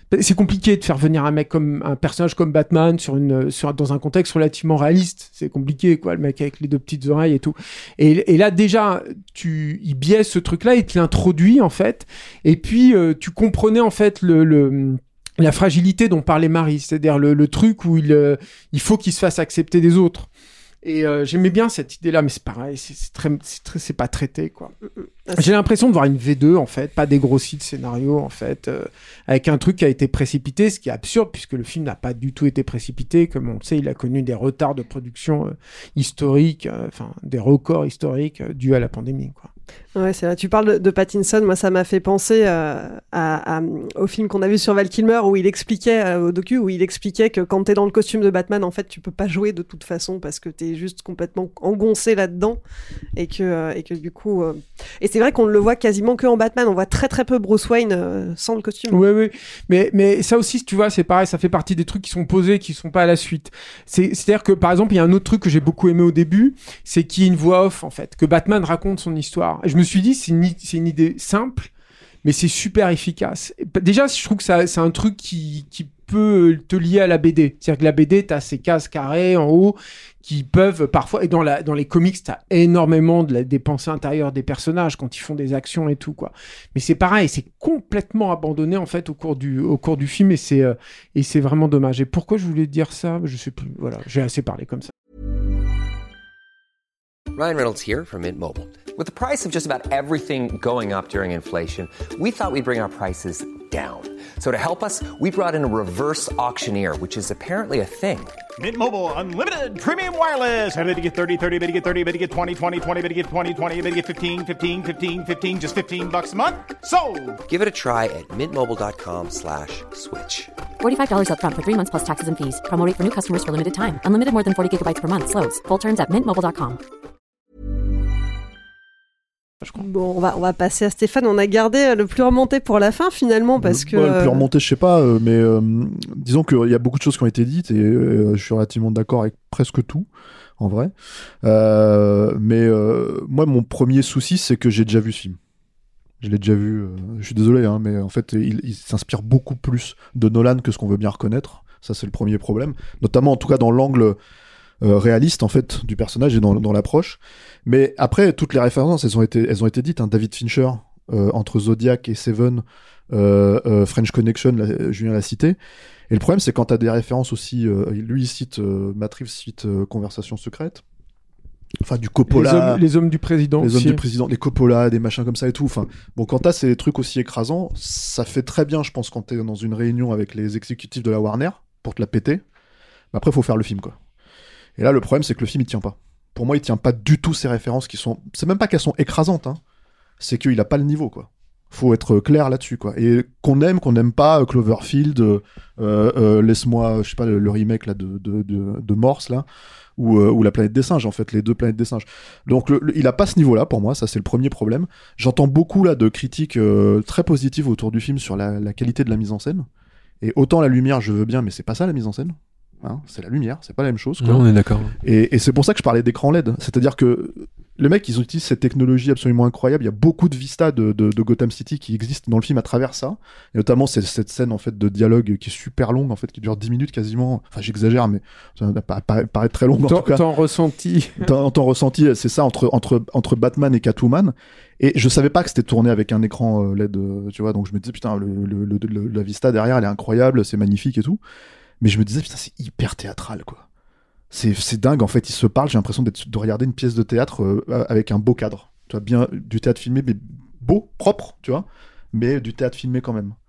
c'est compliqué de faire venir un mec comme un personnage comme Batman sur une sur dans un contexte relativement réaliste. C'est compliqué, quoi, le mec avec les deux petites oreilles et tout. Et, et là déjà, tu il biaise ce truc-là, il te l'introduit en fait. Et puis euh, tu comprenais en fait le, le la fragilité dont parlait Marie, c'est-à-dire le, le truc où il euh, il faut qu'il se fasse accepter des autres. Et euh, j'aimais bien cette idée-là, mais c'est pareil, c'est, c'est, très, c'est, très, c'est pas traité, quoi. J'ai l'impression de voir une V deux, en fait, pas des grossis de scénario, en fait, euh, avec un truc qui a été précipité, ce qui est absurde, puisque le film n'a pas du tout été précipité. Comme on le sait, il a connu des retards de production euh, historiques, enfin, euh, des records historiques euh, dus à la pandémie, quoi. Ouais, c'est vrai. Tu parles de, de Pattinson, moi ça m'a fait penser euh, à, à, au film qu'on a vu sur Val Kilmer où il expliquait, euh, au docu, où il expliquait que quand t'es dans le costume de Batman, en fait, tu peux pas jouer de toute façon parce que t'es juste complètement engoncé là-dedans et que, euh, et que du coup... Euh... Et c'est vrai qu'on ne le voit quasiment que en Batman, on voit très très peu Bruce Wayne euh, sans le costume. Oui, oui, mais, mais ça aussi, tu vois, c'est pareil, ça fait partie des trucs qui sont posés, qui sont pas à la suite. C'est, c'est-à-dire que, par exemple, il y a un autre truc que j'ai beaucoup aimé au début, c'est qu'il y ait une voix off, en fait, que Batman raconte son histoire. Et je me suis dit, c'est une, c'est une idée simple, mais c'est super efficace. Déjà, je trouve que ça, c'est un truc qui, qui peut te lier à la B D. C'est-à-dire que la B D, t'as ces cases carrées en haut qui peuvent parfois... Et dans, la, dans les comics, t'as énormément de la, des pensées intérieures des personnages quand ils font des actions et tout, quoi. Mais c'est pareil, c'est complètement abandonné, en fait, au cours du, au cours du film, et c'est, euh, et c'est vraiment dommage. Et pourquoi je voulais dire ça ? Je sais plus. Voilà, j'ai assez parlé comme ça. Ryan Reynolds here from Mint Mobile. With the price of just about everything going up during inflation, we thought we'd bring our prices down. So to help us, we brought in a reverse auctioneer, which is apparently a thing. Mint Mobile Unlimited Premium Wireless. How to get thirty, thirty, bit to get thirty, bit to get twenty, twenty, twenty, bit to get twenty, twenty, bit to get fifteen, fifteen, fifteen, fifteen, just fifteen bucks a month? Sold! Give it a try at mintmobile.com slash switch. forty-five dollars up front for three months plus taxes and fees. Promo rate for new customers for limited time. Unlimited more than forty gigabytes per month. Slows full terms at mint mobile dot com. Bon, on va, on va passer à Stéphane. On a gardé le plus remonté pour la fin, finalement, parce le, que... Ouais, le plus remonté, je sais pas, euh, mais euh, disons qu'il y a beaucoup de choses qui ont été dites, et euh, je suis relativement d'accord avec presque tout, en vrai. Euh, mais euh, moi, mon premier souci, c'est que j'ai déjà vu ce film. Je l'ai déjà vu, euh, je suis désolé, hein, mais en fait, il, il s'inspire beaucoup plus de Nolan que ce qu'on veut bien reconnaître. Ça, c'est le premier problème. Notamment, en tout cas, dans l'angle... Euh, réaliste en fait du personnage et dans, dans l'approche, mais après toutes les références elles ont été elles ont été dites, hein. David Fincher euh, entre Zodiac et Seven, euh, euh, French Connection, la, Julien l'a cité, et le problème c'est quand t'as des références aussi, euh, lui il cite euh, Matt Reeves cite euh, Conversation secrète, enfin du Coppola, les hommes, les hommes du président, les aussi. hommes du président, les Coppola, des machins comme ça et tout. Enfin bon, quand t'as ces trucs aussi écrasants, ça fait très bien, je pense, quand t'es dans une réunion avec les exécutifs de la Warner pour te la péter. Mais après faut faire le film, quoi. Et là, le problème, c'est que le film, il tient pas. Pour moi, il tient pas du tout ces références qui sont... C'est même pas qu'elles sont écrasantes, hein. C'est qu'il a pas le niveau, quoi. Faut être clair là-dessus, quoi. Et qu'on aime, qu'on n'aime pas, Cloverfield, euh, euh, laisse-moi, je sais pas, le, le remake, là, de, de, de, de Morse, là, ou, euh, ou La Planète des Singes, en fait, les deux Planètes des Singes. Donc, le, le, il a pas ce niveau-là, pour moi, ça, c'est le premier problème. J'entends beaucoup, là, de critiques euh, très positives autour du film sur la, la qualité de la mise en scène. Et autant la lumière, je veux bien, mais c'est pas ça, la mise en scène. Hein, c'est la lumière, c'est pas la même chose, quoi. Non, on est d'accord. Et, et c'est pour ça que je parlais d'écran L E D. C'est-à-dire que les mecs, ils utilisent cette technologie absolument incroyable. Il y a beaucoup de vistas de, de, de Gotham City qui existent dans le film à travers ça. Et notamment c'est cette scène en fait de dialogue qui est super longue, en fait, qui dure dix minutes quasiment. Enfin, j'exagère, mais ça paraît, paraît très long en tout cas. T'en ressenti. T'en, t'en ressenti, c'est ça, entre, entre, entre Batman et Catwoman. Et je savais pas que c'était tourné avec un écran L E D, tu vois. Donc je me disais, putain, le, le, le, le, la vista derrière, elle est incroyable, c'est magnifique et tout. Mais je me disais, putain, c'est hyper théâtral, quoi. C'est, c'est dingue, en fait, ils se parlent, j'ai l'impression d'être, de regarder une pièce de théâtre euh, avec un beau cadre. Tu vois, bien, du théâtre filmé, mais beau, propre, tu vois, mais du théâtre filmé quand même.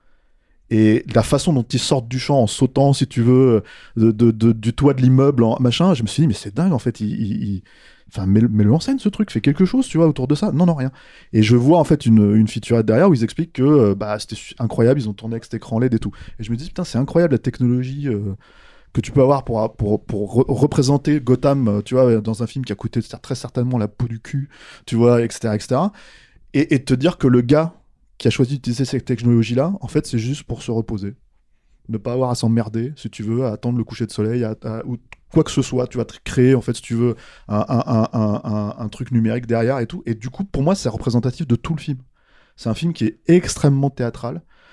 Et la façon dont ils sortent du champ en sautant, si tu veux, de, de, de, du toit de l'immeuble, en machin, je me suis dit, mais c'est dingue, en fait, il... il, il... Enfin, mets, mets-le en scène, ce truc, fais quelque chose, tu vois, autour de ça. Non, non, rien. Et je vois, en fait, une, une featurette derrière où ils expliquent que, euh, bah, c'était incroyable, ils ont tourné avec cet écran L E D et tout. Et je me dis, putain, c'est incroyable la technologie euh, que tu peux avoir pour, pour, pour re- représenter Gotham, euh, tu vois, dans un film qui a coûté très certainement la peau du cul, tu vois, et cetera, et cetera. Et, et te dire que le gars qui a choisi d'utiliser cette technologie-là, en fait, c'est juste pour se reposer. Ne pas avoir à s'emmerder, si tu veux, à attendre le coucher de soleil, à, à, ou quoi que ce soit, tu vas te créer, en fait, si tu veux, un, un, un, un, un truc numérique derrière et tout. Et du coup, pour moi, c'est représentatif de tout le film. C'est un film qui est extrêmement théâtral.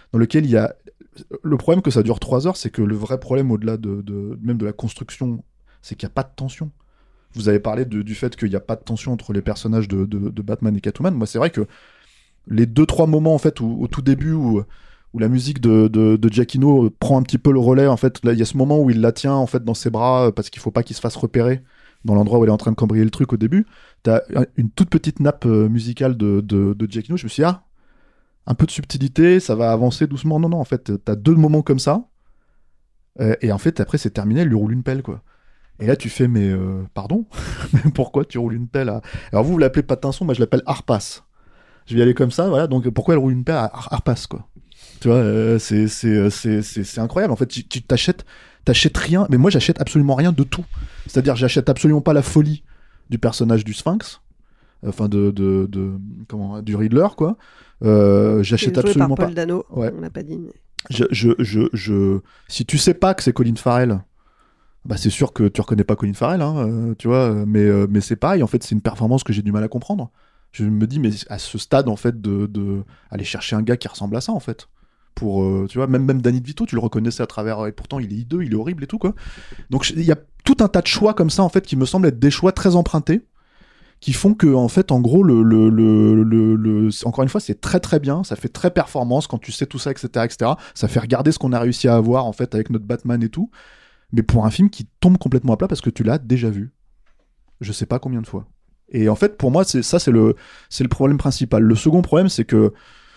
dans lequel il y a... Le problème que ça dure trois heures, c'est que le vrai problème, au-delà de, de même de la construction, c'est qu'il n'y a pas de tension. Vous avez parlé de, du fait qu'il n'y a pas de tension entre les personnages de, de, de Batman et Catwoman. Moi, c'est vrai que les deux, trois moments, en fait, où, au tout début, où, où la musique de, de, de Giacchino prend un petit peu le relais, en fait, là, il y a ce moment où il la tient, en fait, dans ses bras, parce qu'il ne faut pas qu'il se fasse repérer dans l'endroit où elle est en train de cambrioler le truc au début. T'as une toute petite nappe musicale de, de, de Giacchino. Je me suis dit, ah, un peu de subtilité, ça va avancer doucement. Non, non, en fait, t'as deux moments comme ça, euh, et en fait, après, c'est terminé, elle lui roule une pelle, quoi. Et là, tu fais, mais euh, pardon, pourquoi tu roules une pelle à... Alors vous, vous l'appelez Patinson, moi je l'appelle Harpas. Je vais y aller comme ça, voilà. Donc pourquoi elle roule une pelle à Harpas, quoi. Tu vois, euh, c'est, c'est, c'est, c'est, c'est incroyable. En fait, tu, tu t'achètes, t'achètes rien, mais moi j'achète absolument rien de tout. C'est-à-dire, j'achète absolument pas la folie du personnage du Sphinx, enfin de, de, de comment, du Riddler, quoi. Euh, j'achète joué absolument par Paul pas. Dano, ouais. On l'a pas dit. Mais... Je, je, je, je, si tu sais pas que c'est Colin Farrell, bah c'est sûr que tu reconnais pas Colin Farrell, hein, euh, tu vois. Mais, euh, mais c'est pareil. En fait, c'est une performance que j'ai du mal à comprendre. Je me dis, mais à ce stade, en fait, de, de aller chercher un gars qui ressemble à ça, en fait. Pour, euh, tu vois, même, même Danny DeVito, tu le reconnaissais à travers, et pourtant il est hideux, il est horrible et tout, quoi. Donc il y a tout un tas de choix comme ça, en fait, qui me semblent être des choix très empruntés, qui font que, en fait, en gros, le, le, le, le, le, encore une fois, c'est très très bien, ça fait très performance quand tu sais tout ça, et cetera, et cetera. Ça fait regarder ce qu'on a réussi à avoir, en fait, avec notre Batman et tout. Mais pour un film qui tombe complètement à plat parce que tu l'as déjà vu. Je sais pas combien de fois. Et en fait, pour moi, c'est, ça, c'est le, c'est le problème principal. Le second problème, c'est que,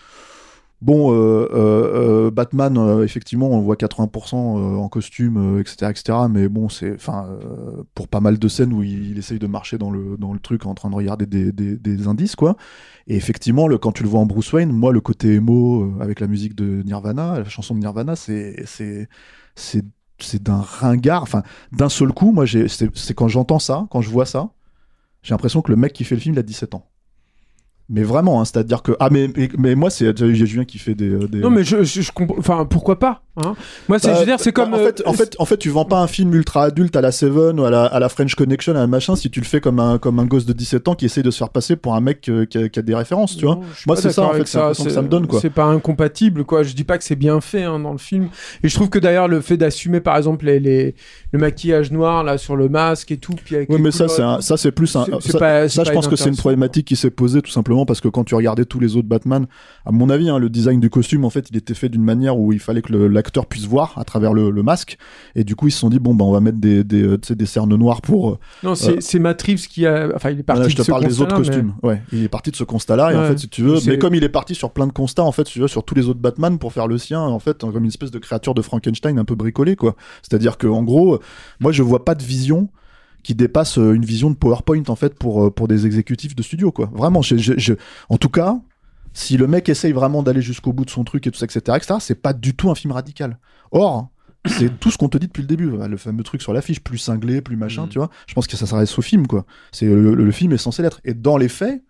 bon, euh, euh, euh, Batman, euh, effectivement, on le voit quatre-vingts pour cent euh, en costume, euh, et cetera, et cetera. Mais bon, c'est, enfin, euh, pour pas mal de scènes où il, il essaye de marcher dans le, dans le truc en train de regarder des, des, des indices, quoi. Et effectivement, le, quand tu le vois en Bruce Wayne, moi, le côté émo, euh, avec la musique de Nirvana, la chanson de Nirvana, c'est, c'est, c'est, c'est d'un ringard. Enfin, d'un seul coup, moi, j'ai, c'est, c'est quand j'entends ça, quand je vois ça, j'ai l'impression que le mec qui fait le film, il a dix-sept ans. Mais vraiment, hein, c'est-à-dire que... Ah, mais, mais, mais moi, c'est j'ai Julien qui fait des... des... Non, mais je, je, je comprends... Enfin, pourquoi pas, hein. Moi, c'est, bah, je veux dire, c'est comme... En fait, en, fait, en fait, tu vends pas un film ultra adulte à la Seven ou à la, à la French Connection, à la machin, si tu le fais comme un, comme un gosse de dix-sept ans qui essaye de se faire passer pour un mec euh, qui, a, qui a des références, tu non, vois. Moi, c'est ça, en fait, c'est l'impression que ça me donne, quoi. C'est pas incompatible, quoi. Je dis pas que c'est bien fait, hein, dans le film. Et je trouve que d'ailleurs, le fait d'assumer, par exemple, les, les, le maquillage noir, là, sur le masque et tout, puis avec... Oui, mais ça, c'est, un, ça, c'est plus un... C'est, c'est ça, pas, ça je pense que c'est une problématique qui s'est posée, tout simplement, parce que quand tu regardais tous les autres Batman, à mon avis, hein, le design du costume, en fait, il était fait d'une manière où il fallait que le, l'acteur puisse voir à travers le, le masque, et du coup, ils se sont dit, bon, bah, on va mettre des, des, euh, des cernes noires pour... Euh, non, c'est, euh... c'est Matt Reeves qui a... Enfin, il est parti voilà, je te de ce parle des autres costumes. Mais... Ouais, il est parti de ce constat-là, et ouais, en fait, si tu veux... C'est... Mais comme il est parti sur plein de constats, en fait, si tu veux, sur tous les autres Batman, pour faire le sien, en fait, comme une espèce de créature de Frankenstein un peu bricolée, quoi. C'est-à-dire que, en gros, moi, je vois pas de vision qui dépasse une vision de PowerPoint, en fait, pour, pour des exécutifs de studio, quoi. Vraiment, je, je, je... en tout cas... Si le mec essaye vraiment d'aller jusqu'au bout de son truc et tout ça, et cetera, et cetera, c'est pas du tout un film radical. Or, c'est tout ce qu'on te dit depuis le début. Le fameux truc sur l'affiche, plus cinglé, plus machin, mmh. tu vois. Je pense que ça s'arrête au film, quoi. C'est, le, le film est censé l'être. Et dans les faits,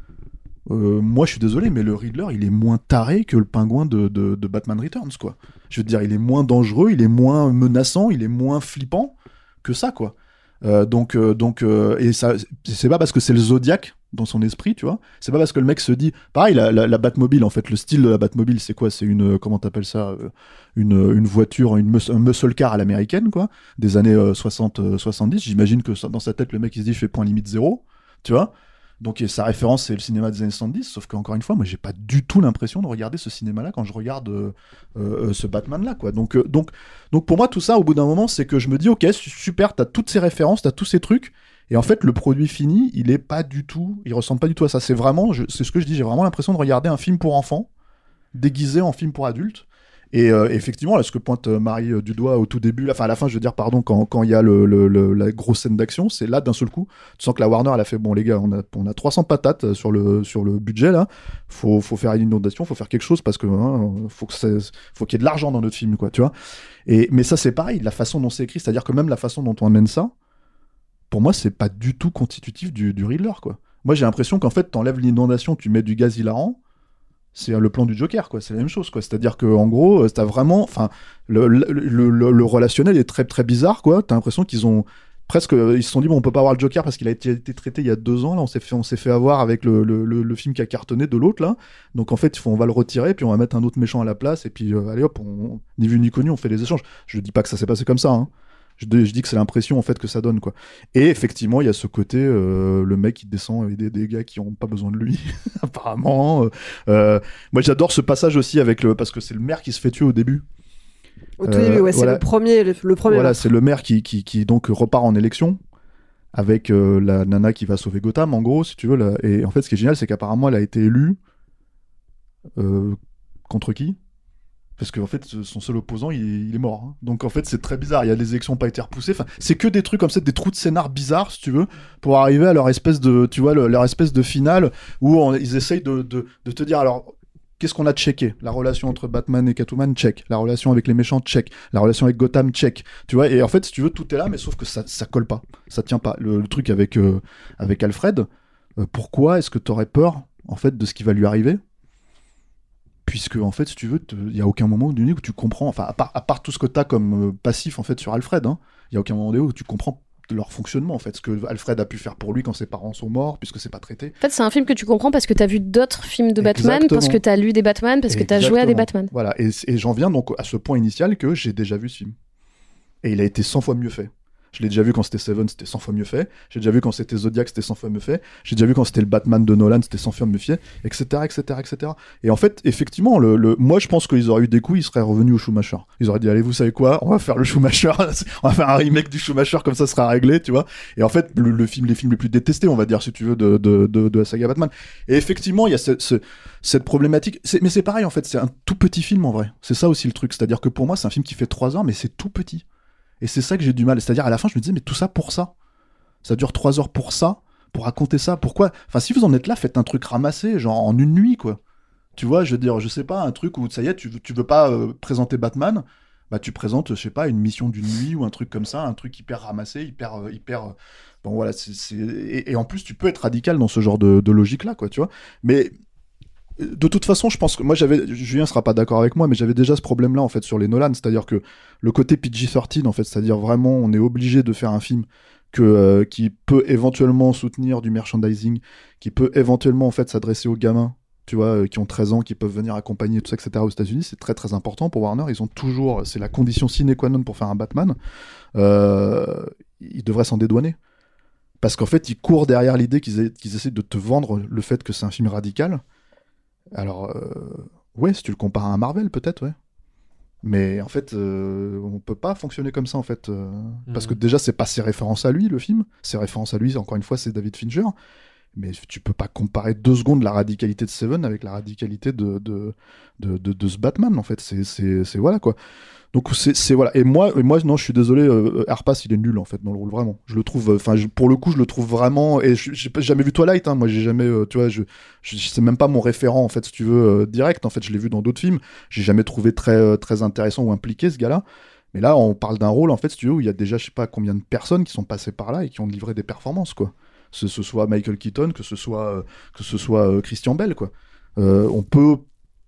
euh, moi je suis désolé, mais le Riddler, il est moins taré que le pingouin de, de, de Batman Returns, quoi. Je veux dire, il est moins dangereux, il est moins menaçant, il est moins flippant que ça, quoi. Euh, donc, euh, donc, euh, et ça, c'est pas parce que c'est le Zodiac dans son esprit, tu vois. C'est pas parce que le mec se dit, pareil, la, la, la Batmobile, en fait, le style de la Batmobile, c'est quoi ? C'est une, comment t'appelles ça ? Une, une voiture, une mus- un muscle car à l'américaine, quoi, des années euh, soixante soixante-dix. J'imagine que ça, dans sa tête, le mec il se dit, je fais point limite zéro, tu vois. Donc sa référence c'est le cinéma des années soixante-dix, sauf qu'encore une fois moi j'ai pas du tout l'impression de regarder ce cinéma là quand je regarde euh, euh, ce Batman là, quoi. Donc, euh, donc, donc pour moi tout ça au bout d'un moment c'est que je me dis ok super, t'as toutes ces références, t'as tous ces trucs, et en fait le produit fini il est pas du tout, il ressemble pas du tout à ça. C'est vraiment, je, c'est ce que je dis, j'ai vraiment l'impression de regarder un film pour enfants déguisé en film pour adultes. Et euh, effectivement, là, ce que pointe euh, Marie euh, du doigt au tout début, enfin à la fin, je veux dire, pardon, quand quand il y a le, le, le la grosse scène d'action, c'est là d'un seul coup, tu sens que la Warner, elle a fait bon les gars, on a on a trois cents patates sur le sur le budget là, faut faut faire une inondation, faut faire quelque chose parce que hein, faut que ça, faut qu'il y ait de l'argent dans notre film, quoi, tu vois. Et mais ça c'est pareil, la façon dont c'est écrit, c'est-à-dire que même la façon dont on amène ça, pour moi, c'est pas du tout constitutif du du Riddler, quoi. Moi, j'ai l'impression qu'en fait, t'enlèves l'inondation, tu mets du gaz hilarant. C'est le plan du Joker, quoi. C'est la même chose, quoi. C'est-à-dire que en gros, t'as vraiment, enfin, le, le, le, le relationnel est très très bizarre, quoi. T'as l'impression qu'ils ont, presque, ils se sont dit bon, on peut pas avoir le Joker parce qu'il a été, été traité il y a deux ans. Là, on s'est fait, on s'est fait avoir avec le, le, le, le film qui a cartonné de l'autre là. Donc en fait, il faut, on va le retirer, puis on va mettre un autre méchant à la place, et puis euh, allez hop, on, ni vu ni connu, on fait les échanges. Je dis pas que ça s'est passé comme ça. Hein. Je, je dis que c'est l'impression en fait que ça donne quoi. Et effectivement, il y a ce côté, euh, le mec qui descend avec des, des gars qui ont pas besoin de lui, apparemment. Euh, moi, j'adore ce passage aussi avec le, parce que c'est le maire qui se fait tuer au début. Au tout début, ouais, c'est voilà. le premier, le, le premier. Voilà, meurtre. c'est le maire qui, qui, qui donc repart en élection avec euh, la nana qui va sauver Gotham, en gros, si tu veux. Là. Et en fait, ce qui est génial, c'est qu'apparemment, elle a été élue euh, contre qui ? Parce qu'en fait, son seul opposant, il, il est mort. Hein. Donc en fait, c'est très bizarre. Il y a des élections qui n'ont pas été repoussées. Enfin, c'est que des trucs comme ça, des trous de scénar bizarres, si tu veux, pour arriver à leur espèce de, tu vois, le, leur espèce de finale où on, ils essayent de, de, de te dire alors. Qu'est-ce qu'on a checké ? La relation entre Batman et Catwoman, check. La relation avec les méchants, check. La relation avec Gotham, check. Tu vois, et en fait, si tu veux, tout est là, mais sauf que ça, ça colle pas. Ça tient pas. Le, le truc avec, euh, avec Alfred, euh, pourquoi est-ce que t'aurais peur, en fait, de ce qui va lui arriver ? Puisque, en fait, si tu veux, il y a aucun moment donné où tu comprends, enfin, à part, à part tout ce que t'as comme euh, passif, en fait, sur Alfred, il hein, y a aucun moment donné où tu comprends de leur fonctionnement en fait, ce que Alfred a pu faire pour lui quand ses parents sont morts, puisque c'est pas traité. En fait, c'est un film que tu comprends parce que t'as vu d'autres films de Batman, Exactement. parce que t'as lu des Batman, parce que t'as joué à des Batman. Voilà, et, et j'en viens donc à ce point initial que j'ai déjà vu ce film. Et il a été cent fois mieux fait. Je l'ai déjà vu quand c'était Seven, c'était cent fois mieux fait. J'ai déjà vu quand c'était Zodiac, c'était cent fois mieux fait. J'ai déjà vu quand c'était le Batman de Nolan, c'était cent fois mieux fait, et cetera, et cetera, et cetera. Et en fait, effectivement, le, le... moi, je pense qu'ils auraient eu des coups, ils seraient revenus au Schumacher. Ils auraient dit, allez, vous savez quoi, on va faire le Schumacher, on va faire un remake du Schumacher, comme ça, ça sera réglé, tu vois. Et en fait, le, le film, les films les plus détestés, on va dire, si tu veux, de, de, de, de la saga Batman. Et effectivement, il y a ce, ce, cette problématique. C'est, mais c'est pareil, en fait, c'est un tout petit film, en vrai. C'est ça aussi le truc. C'est-à-dire que pour moi, c'est un film qui fait trois heures, mais c'est tout petit. Et c'est ça que j'ai du mal. C'est-à-dire, à la fin, je me disais, mais tout ça pour ça. Ça dure trois heures pour ça, pour raconter ça. Pourquoi ? Enfin, si vous en êtes là, faites un truc ramassé, genre en une nuit, quoi. Tu vois, je veux dire, je sais pas, un truc où, ça y est, tu, tu veux pas euh, présenter Batman, bah tu présentes, je sais pas, une mission d'une nuit ou un truc comme ça, un truc hyper ramassé, hyper... Euh, hyper euh, bon, voilà, c'est... c'est... Et, et en plus, tu peux être radical dans ce genre de, de logique-là, quoi, tu vois. Mais... De toute façon, je pense que moi j'avais, Julien sera pas d'accord avec moi, mais j'avais déjà ce problème-là en fait sur les Nolan, c'est-à-dire que le côté P G treize en fait, c'est-à-dire vraiment on est obligé de faire un film que euh, qui peut éventuellement soutenir du merchandising, qui peut éventuellement en fait s'adresser aux gamins, tu vois, euh, qui ont treize ans, qui peuvent venir accompagner tout ça, et cetera aux États-Unis, c'est très très important pour Warner. Ils ont toujours, c'est la condition sine qua non pour faire un Batman. Euh, ils devraient s'en dédouaner. Parce qu'en fait, ils courent derrière l'idée qu'ils, qu'ils essaient de te vendre le fait que c'est un film radical. Alors, euh, ouais, si tu le compares à un Marvel, peut-être, ouais. Mais en fait, euh, on peut pas fonctionner comme ça, en fait. Euh, mmh. Parce que déjà, c'est pas ses références à lui, le film. Ses références à lui, encore une fois, c'est David Fincher. Mais tu peux pas comparer deux secondes la radicalité de Seven avec la radicalité de, de, de, de, de ce Batman, en fait. C'est, c'est, c'est voilà, quoi. Donc, c'est, c'est voilà. Et moi, et moi, non, je suis désolé, euh, Arpas, il est nul, en fait, dans le rôle, vraiment. Je le trouve, enfin, euh, pour le coup, je le trouve vraiment. Et je, j'ai jamais vu Twilight, hein. Moi, j'ai jamais, euh, tu vois, je, je, c'est même pas mon référent, en fait, si tu veux, euh, direct. En fait, je l'ai vu dans d'autres films. J'ai jamais trouvé très, euh, très intéressant ou impliqué, ce gars-là. Mais là, on parle d'un rôle, en fait, si tu veux, où il y a déjà, je sais pas combien de personnes qui sont passées par là et qui ont livré des performances, quoi. Que ce soit Michael Keaton, que ce soit, euh, que ce soit euh, Christian Bale, quoi. Euh, on peut.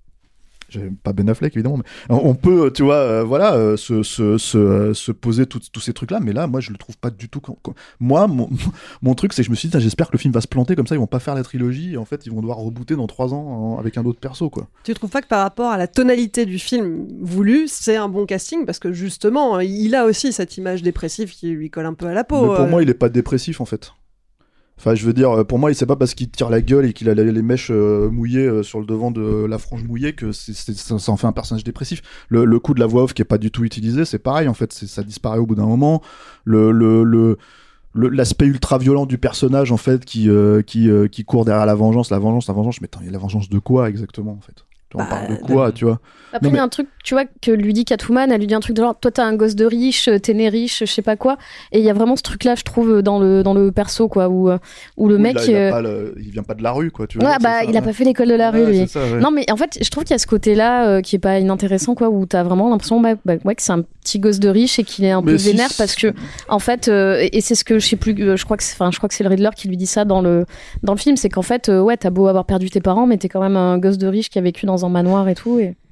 J'aime pas Ben Affleck, évidemment, mais on peut, tu vois, euh, voilà, euh, se, se, se, euh, se poser tous ces trucs-là, mais là, moi, je le trouve pas du tout. Quand, quand... Moi, mon, mon truc, c'est que je me suis dit, j'espère que le film va se planter comme ça, ils vont pas faire la trilogie, et en fait, ils vont devoir rebooter dans trois ans en, avec un autre perso, quoi. Tu trouves pas que par rapport à la tonalité du film voulu, c'est un bon casting, parce que justement, il a aussi cette image dépressive qui lui colle un peu à la peau. Mais pour euh... moi, il est pas dépressif, en fait. Enfin, je veux dire, pour moi, c'est pas parce qu'il tire la gueule et qu'il a les mèches euh, mouillées euh, sur le devant de la frange mouillée que c'est, c'est, ça, ça en fait un personnage dépressif. Le, le coup de la voix off qui est pas du tout utilisé, c'est pareil, en fait, c'est, ça disparaît au bout d'un moment. Le, le, le, le, l'aspect ultra violent du personnage, en fait, qui, euh, qui, euh, qui court derrière la vengeance, la vengeance, la vengeance. Mais attends, la vengeance de quoi exactement, en fait? On bah, parle de quoi, de... tu vois? Après, il y a un truc, tu vois, que lui dit Catwoman, elle lui dit un truc de genre, toi t'as un gosse de riche, t'es né riche, je sais pas quoi. Et il y a vraiment ce truc-là, je trouve, dans le, dans le perso, quoi, où, où le oui, mec. Là, il, euh... pas le... il vient pas de la rue, quoi, tu vois. Ouais, bah, il a pas fait l'école de la rue, ouais, lui. Ça, ouais. Non, mais en fait, je trouve qu'il y a ce côté-là euh, qui est pas inintéressant, quoi, où t'as vraiment l'impression bah, bah, ouais, que c'est un petit gosse de riche et qu'il est un mais peu si vénère parce que, en fait, euh, et c'est ce que je sais plus, euh, je crois que c'est, enfin, je crois que c'est le Riddler qui lui dit ça dans le, dans le film, c'est qu'en fait, euh, ouais, t'as beau avoir perdu tes parents, mais t'es quand même un gosse de riche qui a vécu dans un manoir et tout. Et...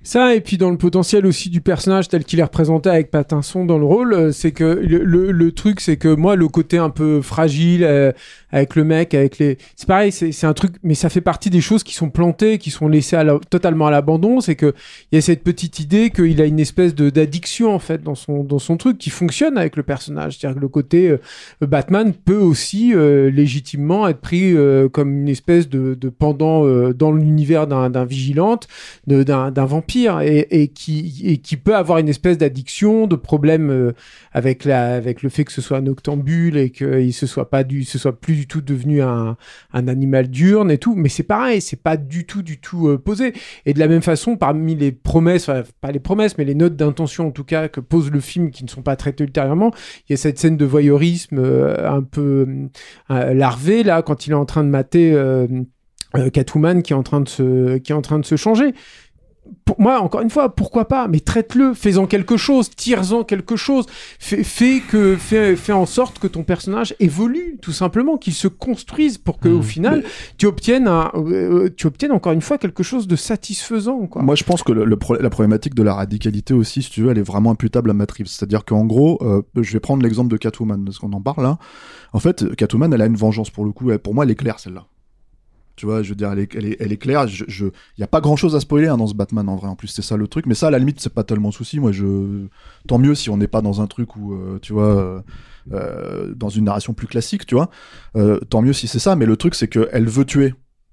Ça, et puis dans le potentiel aussi du personnage tel qu'il est représenté avec Pattinson dans le rôle, euh, c'est que le, le, le truc, c'est que moi, le côté un peu fragile, euh, avec le mec, avec les... C'est pareil, c'est, c'est un truc, mais ça fait partie des choses qui sont plantées, qui sont laissées à la, totalement à l'abandon, c'est que il y a cette petite idée qu'il a une espèce de, d'addiction, en fait, dans son, dans son truc, qui fonctionne avec le personnage. C'est-à-dire que le côté euh, Batman peut aussi euh, légitimement être pris euh, comme une espèce de, de pendant euh, dans l'univers d'un, d'un vigilante, de, d'un, d'un vampire, et, et, qui, et qui peut avoir une espèce d'addiction, de problème euh, avec, la, avec le fait que ce soit un octambule et qu'il se soit pas du, se soit plus du tout devenu un, un animal diurne et tout. Mais c'est pareil, c'est pas du tout, du tout euh, posé. Et de la même façon, parmi les promesses, enfin, pas les promesses, mais les notes d'intention en tout cas que pose le film qui ne sont pas traitées ultérieurement, il y a cette scène de voyeurisme euh, un peu euh, larvé là quand il est en train de mater euh, euh, Catwoman qui est en train de se, qui est en train de se changer. Pour moi, encore une fois, pourquoi pas, mais traite-le, fais-en quelque chose, tire-en quelque chose, fais, fais, que, fais, fais en sorte que ton personnage évolue, tout simplement, qu'il se construise pour que, mmh. au final, mais... tu obtiennes, un, euh, tu obtiennes encore une fois quelque chose de satisfaisant, quoi. Moi, je pense que le, le pro- la problématique de la radicalité aussi, si tu veux, elle est vraiment imputable à Matt Reeves. C'est-à-dire qu'en gros, euh, je vais prendre l'exemple de Catwoman, parce qu'on en parle là. En fait, Catwoman, elle a une vengeance pour le coup. Elle, pour moi, elle est claire, celle-là. Tu vois, je veux dire, elle est, elle est, elle est claire. Je, je, y a pas grand chose à spoiler hein, dans ce Batman en vrai. En plus, c'est ça le truc. Mais ça, à la limite, c'est pas tellement souci. Moi, je, tant mieux si on n'est pas dans un truc où, euh, tu vois, euh, dans une narration plus classique, tu vois. Euh, tant mieux si c'est ça. Mais le truc, c'est que elle veut tuer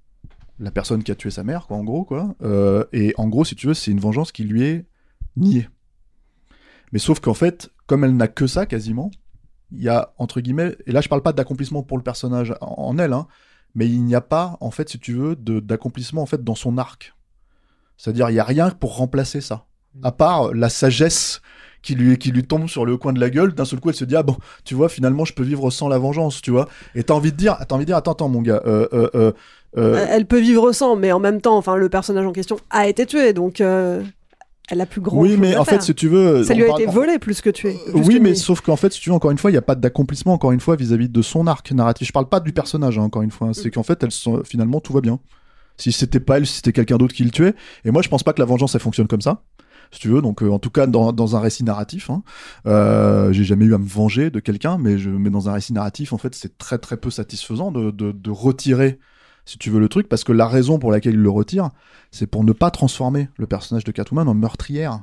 la personne qui a tué sa mère, quoi, en gros, quoi. Euh, et en gros, si tu veux, c'est une vengeance qui lui est niée. Mais sauf qu'en fait, comme elle n'a que ça quasiment, il y a entre guillemets, et là, je parle pas d'accomplissement pour le personnage en, en elle, hein. Mais il n'y a pas, en fait, si tu veux, de, d'accomplissement en fait dans son arc. C'est-à-dire, il y a rien pour remplacer ça, à part la sagesse qui lui qui lui tombe sur le coin de la gueule. D'un seul coup, elle se dit ah bon, tu vois, finalement, je peux vivre sans la vengeance, tu vois. Et t'as envie de dire, t'as envie de dire, attends, attends, mon gars. Euh, euh, euh, euh... Elle peut vivre sans, mais en même temps, enfin, le personnage en question a été tué, donc. Euh... Elle a plus grand oui, chose mais à en faire. fait, si tu veux, ça lui a parle... été volé plus que tué. Plus oui, que mais nuit. sauf qu'en fait, si tu veux, encore une fois, il n'y a pas d'accomplissement, encore une fois, vis-à-vis de son arc narratif. Je parle pas du personnage, hein, encore une fois. Hein. C'est qu'en fait, elle sont... finalement, tout va bien. Si c'était pas elle, si c'était quelqu'un d'autre qui le tuait. Et moi, je pense pas que la vengeance, elle fonctionne comme ça. Si tu veux, donc euh, en tout cas dans, dans un récit narratif, hein, euh, j'ai jamais eu à me venger de quelqu'un, mais, je, mais dans un récit narratif, en fait, c'est très très peu satisfaisant de, de, de retirer, si tu veux, le truc, parce que la raison pour laquelle il le retire, c'est pour ne pas transformer le personnage de Catwoman en meurtrière.